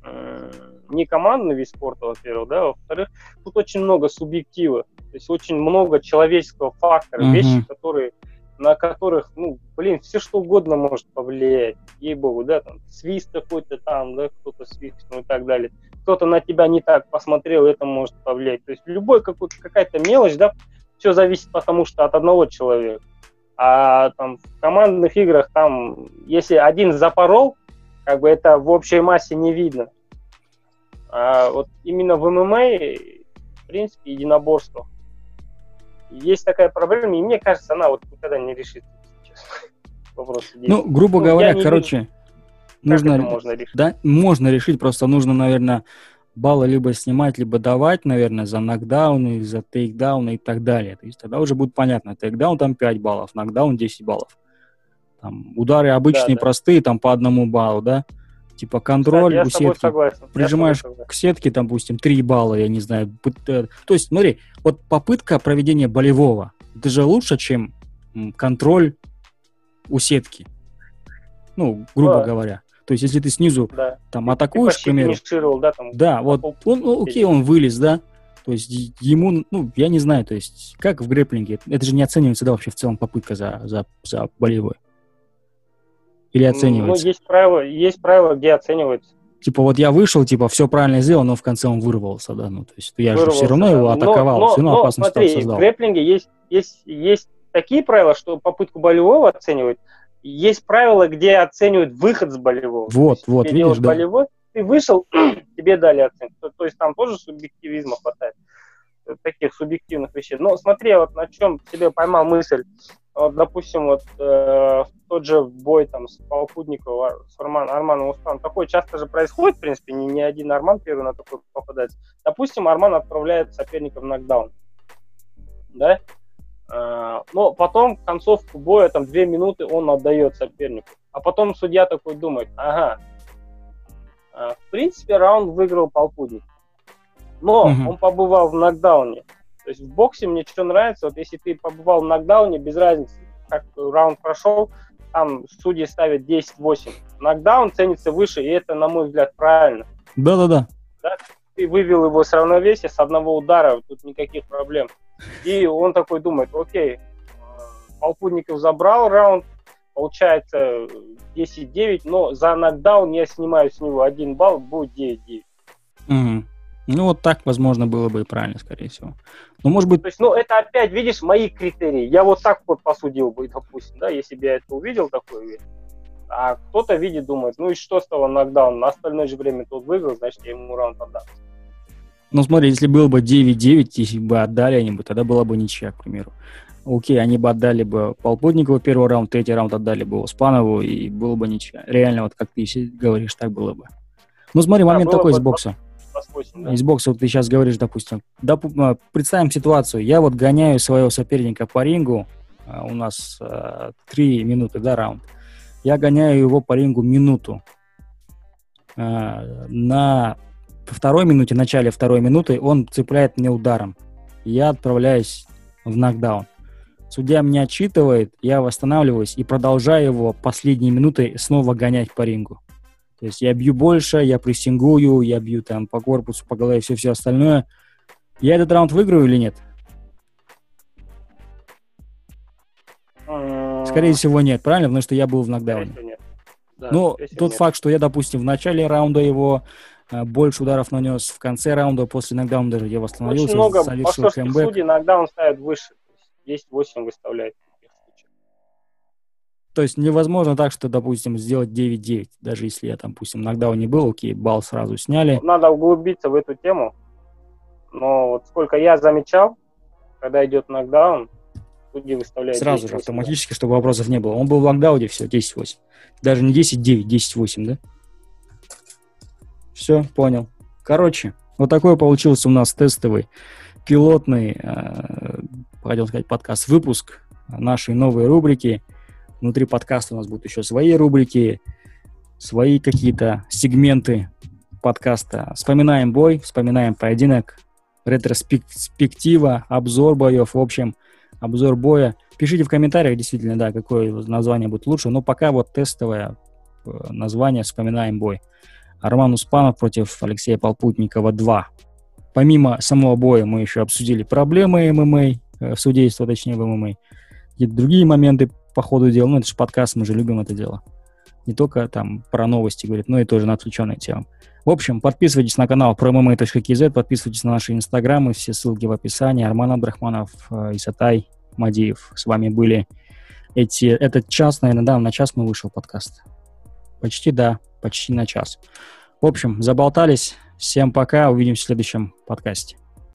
Speaker 2: не командный вид спорта, во-первых, да, во-вторых, тут очень много субъектива, то есть очень много человеческого фактора, вещи, на которых, ну, блин, все что угодно может повлиять, ей-богу, да, там, свист какой-то там, да, кто-то свистнул и так далее. Кто-то на тебя не так посмотрел, это может повлиять. То есть любой какая-то мелочь, да, все зависит потому что от одного человека. А там в командных играх, там, если один запорол, как бы это в общей массе не видно. А вот именно в ММА, в принципе, единоборство. Есть такая проблема, и мне кажется, она вот никогда не решится. Вопрос.
Speaker 1: Ну, грубо говоря, короче, нужно,
Speaker 2: можно решить?
Speaker 1: Да, можно решить, просто нужно, наверное, баллы либо снимать, либо давать, наверное, за нокдауны, за тейкдауны и так далее. То есть тогда уже будет понятно. Тейкдаун там 5 баллов, нокдаун 10 баллов. Там удары обычные, простые, там по 1 баллу, да? Типа контроль у сетки. Прижимаешь к сетке, там, допустим, 3 балла, я не знаю. То есть, смотри, вот попытка проведения болевого, это же лучше, чем контроль у сетки. Ну, грубо говоря. То есть, если ты снизу там атакуешь, к примеру.
Speaker 2: Да, там,
Speaker 1: да, вот он, окей, он вылез, да. То есть ему, ну, я не знаю, то есть как в грэпплинге, это же не оценивается, да, вообще в целом попытка за болевой. Или оценивается?
Speaker 2: Ну, есть правила, где оценивается.
Speaker 1: Типа вот я вышел, типа все правильно сделал, но в конце он вырвался, да, ну то есть я же все равно его атаковал, все равно опасность создал.
Speaker 2: В грэпплинге есть такие правила, что попытку болевого оценивают, есть правила, где оценивают выход с болевого.
Speaker 1: Вот, видишь, да.
Speaker 2: Болевой, ты вышел, тебе дали оценку. То есть там тоже субъективизма хватает, таких субъективных вещей. Но смотри, вот на чем тебе поймал мысль. Вот, допустим, вот тот же бой там с Полкудниковым, с Арманом Усмановым, такое часто же происходит, в принципе, не один Арман первый на такой попадается. Допустим, Арман отправляет соперника в нокдаун, да, но потом в концовку боя, там 2 минуты он отдает сопернику, а потом судья такой думает, в принципе, раунд выиграл Полкудник, но он побывал в нокдауне. То есть в боксе мне что нравится, вот если ты побывал в нокдауне, без разницы, как раунд прошел, там судьи ставят 10-8. Нокдаун ценится выше, и это, на мой взгляд, правильно.
Speaker 1: Да.
Speaker 2: ты вывел его с равновесия с одного удара, тут никаких проблем. И он такой думает, окей, Полпутников забрал раунд, получается 10-9, но за нокдаун я снимаю с него 1 балл, будет 9-9.
Speaker 1: Угу. Ну, вот так, возможно, было бы и правильно, скорее всего. Но, может быть...
Speaker 2: То есть, ну, это опять, видишь, мои критерии. Я вот так вот посудил бы, допустим, да, если бы я это увидел, такую вещь. А кто-то видит, думает, ну и что с того нокдауна? На остальное же время тот выиграл, значит, я ему раунд отдам.
Speaker 1: Ну, смотри, если было бы 9-9, если бы отдали они бы, тогда была бы ничья, к примеру. Окей, они бы отдали бы Полпутникову первый раунд, третий раунд отдали бы Успанову, и было бы ничья. Реально, вот как ты говоришь, так было бы. Ну, смотри, момент такой из бокса.
Speaker 2: 8, да.
Speaker 1: Из бокса вот ты сейчас говоришь, допустим, представим ситуацию, я вот гоняю своего соперника по рингу, у нас 3 минуты, да, раунд. Я гоняю его по рингу минуту. На второй минуте, в начале второй минуты он цепляет мне ударом. Я отправляюсь в нокдаун. Судья меня отчитывает, я восстанавливаюсь и продолжаю его последние минуты снова гонять по рингу. То есть я бью больше, я прессингую, я бью там по корпусу, по голове, все остальное. Я этот раунд выиграю или нет? Скорее всего, нет, правильно? Потому что я был в нокдауне. Да, но тот факт, что я, допустим, в начале раунда его больше ударов нанес, в конце раунда, после нокдауна даже я восстановился,
Speaker 2: очень много
Speaker 1: совершил кэмбэк.
Speaker 2: Судьи нокдаун ставят выше. 10-8 выставляют.
Speaker 1: То есть невозможно так, что, допустим, сделать 9-9. Даже если я там, допустим, нокдаун не был, окей, балл сразу сняли.
Speaker 2: Надо углубиться в эту тему. Но вот сколько я замечал, когда идет нокдаун, судьи выставляют
Speaker 1: сразу 10-8, же автоматически, чтобы вопросов не было. Он был в нокдауне, все, 10-8. Даже не 10-9, 10-8, да? Все, понял. Короче, вот такой получился у нас тестовый, пилотный, хотел сказать, подкаст-выпуск нашей новой рубрики. Внутри подкаста у нас будут еще свои рубрики, свои какие-то сегменты подкаста. Вспоминаем бой, вспоминаем поединок, ретроспектива, обзор боев, в общем, обзор боя. Пишите в комментариях, действительно, да, какое название будет лучше, но пока вот тестовое название «Вспоминаем бой». Арман Успанов против Алексея Полпутникова 2. Помимо самого боя мы еще обсудили проблемы ММА, судейства, точнее, в ММА, и другие моменты по ходу дела. Ну, это же подкаст, мы же любим это дело. Не только там про новости говорит, но и тоже на отвлеченные темы. В общем, подписывайтесь на канал promma.kz, подписывайтесь на наши инстаграмы, все ссылки в описании. Арман Абдрахманов, Исатай Мадиев. С вами были этот час, наверное, да, на час мы вышел подкаст. Почти на час. В общем, заболтались. Всем пока, увидимся в следующем подкасте.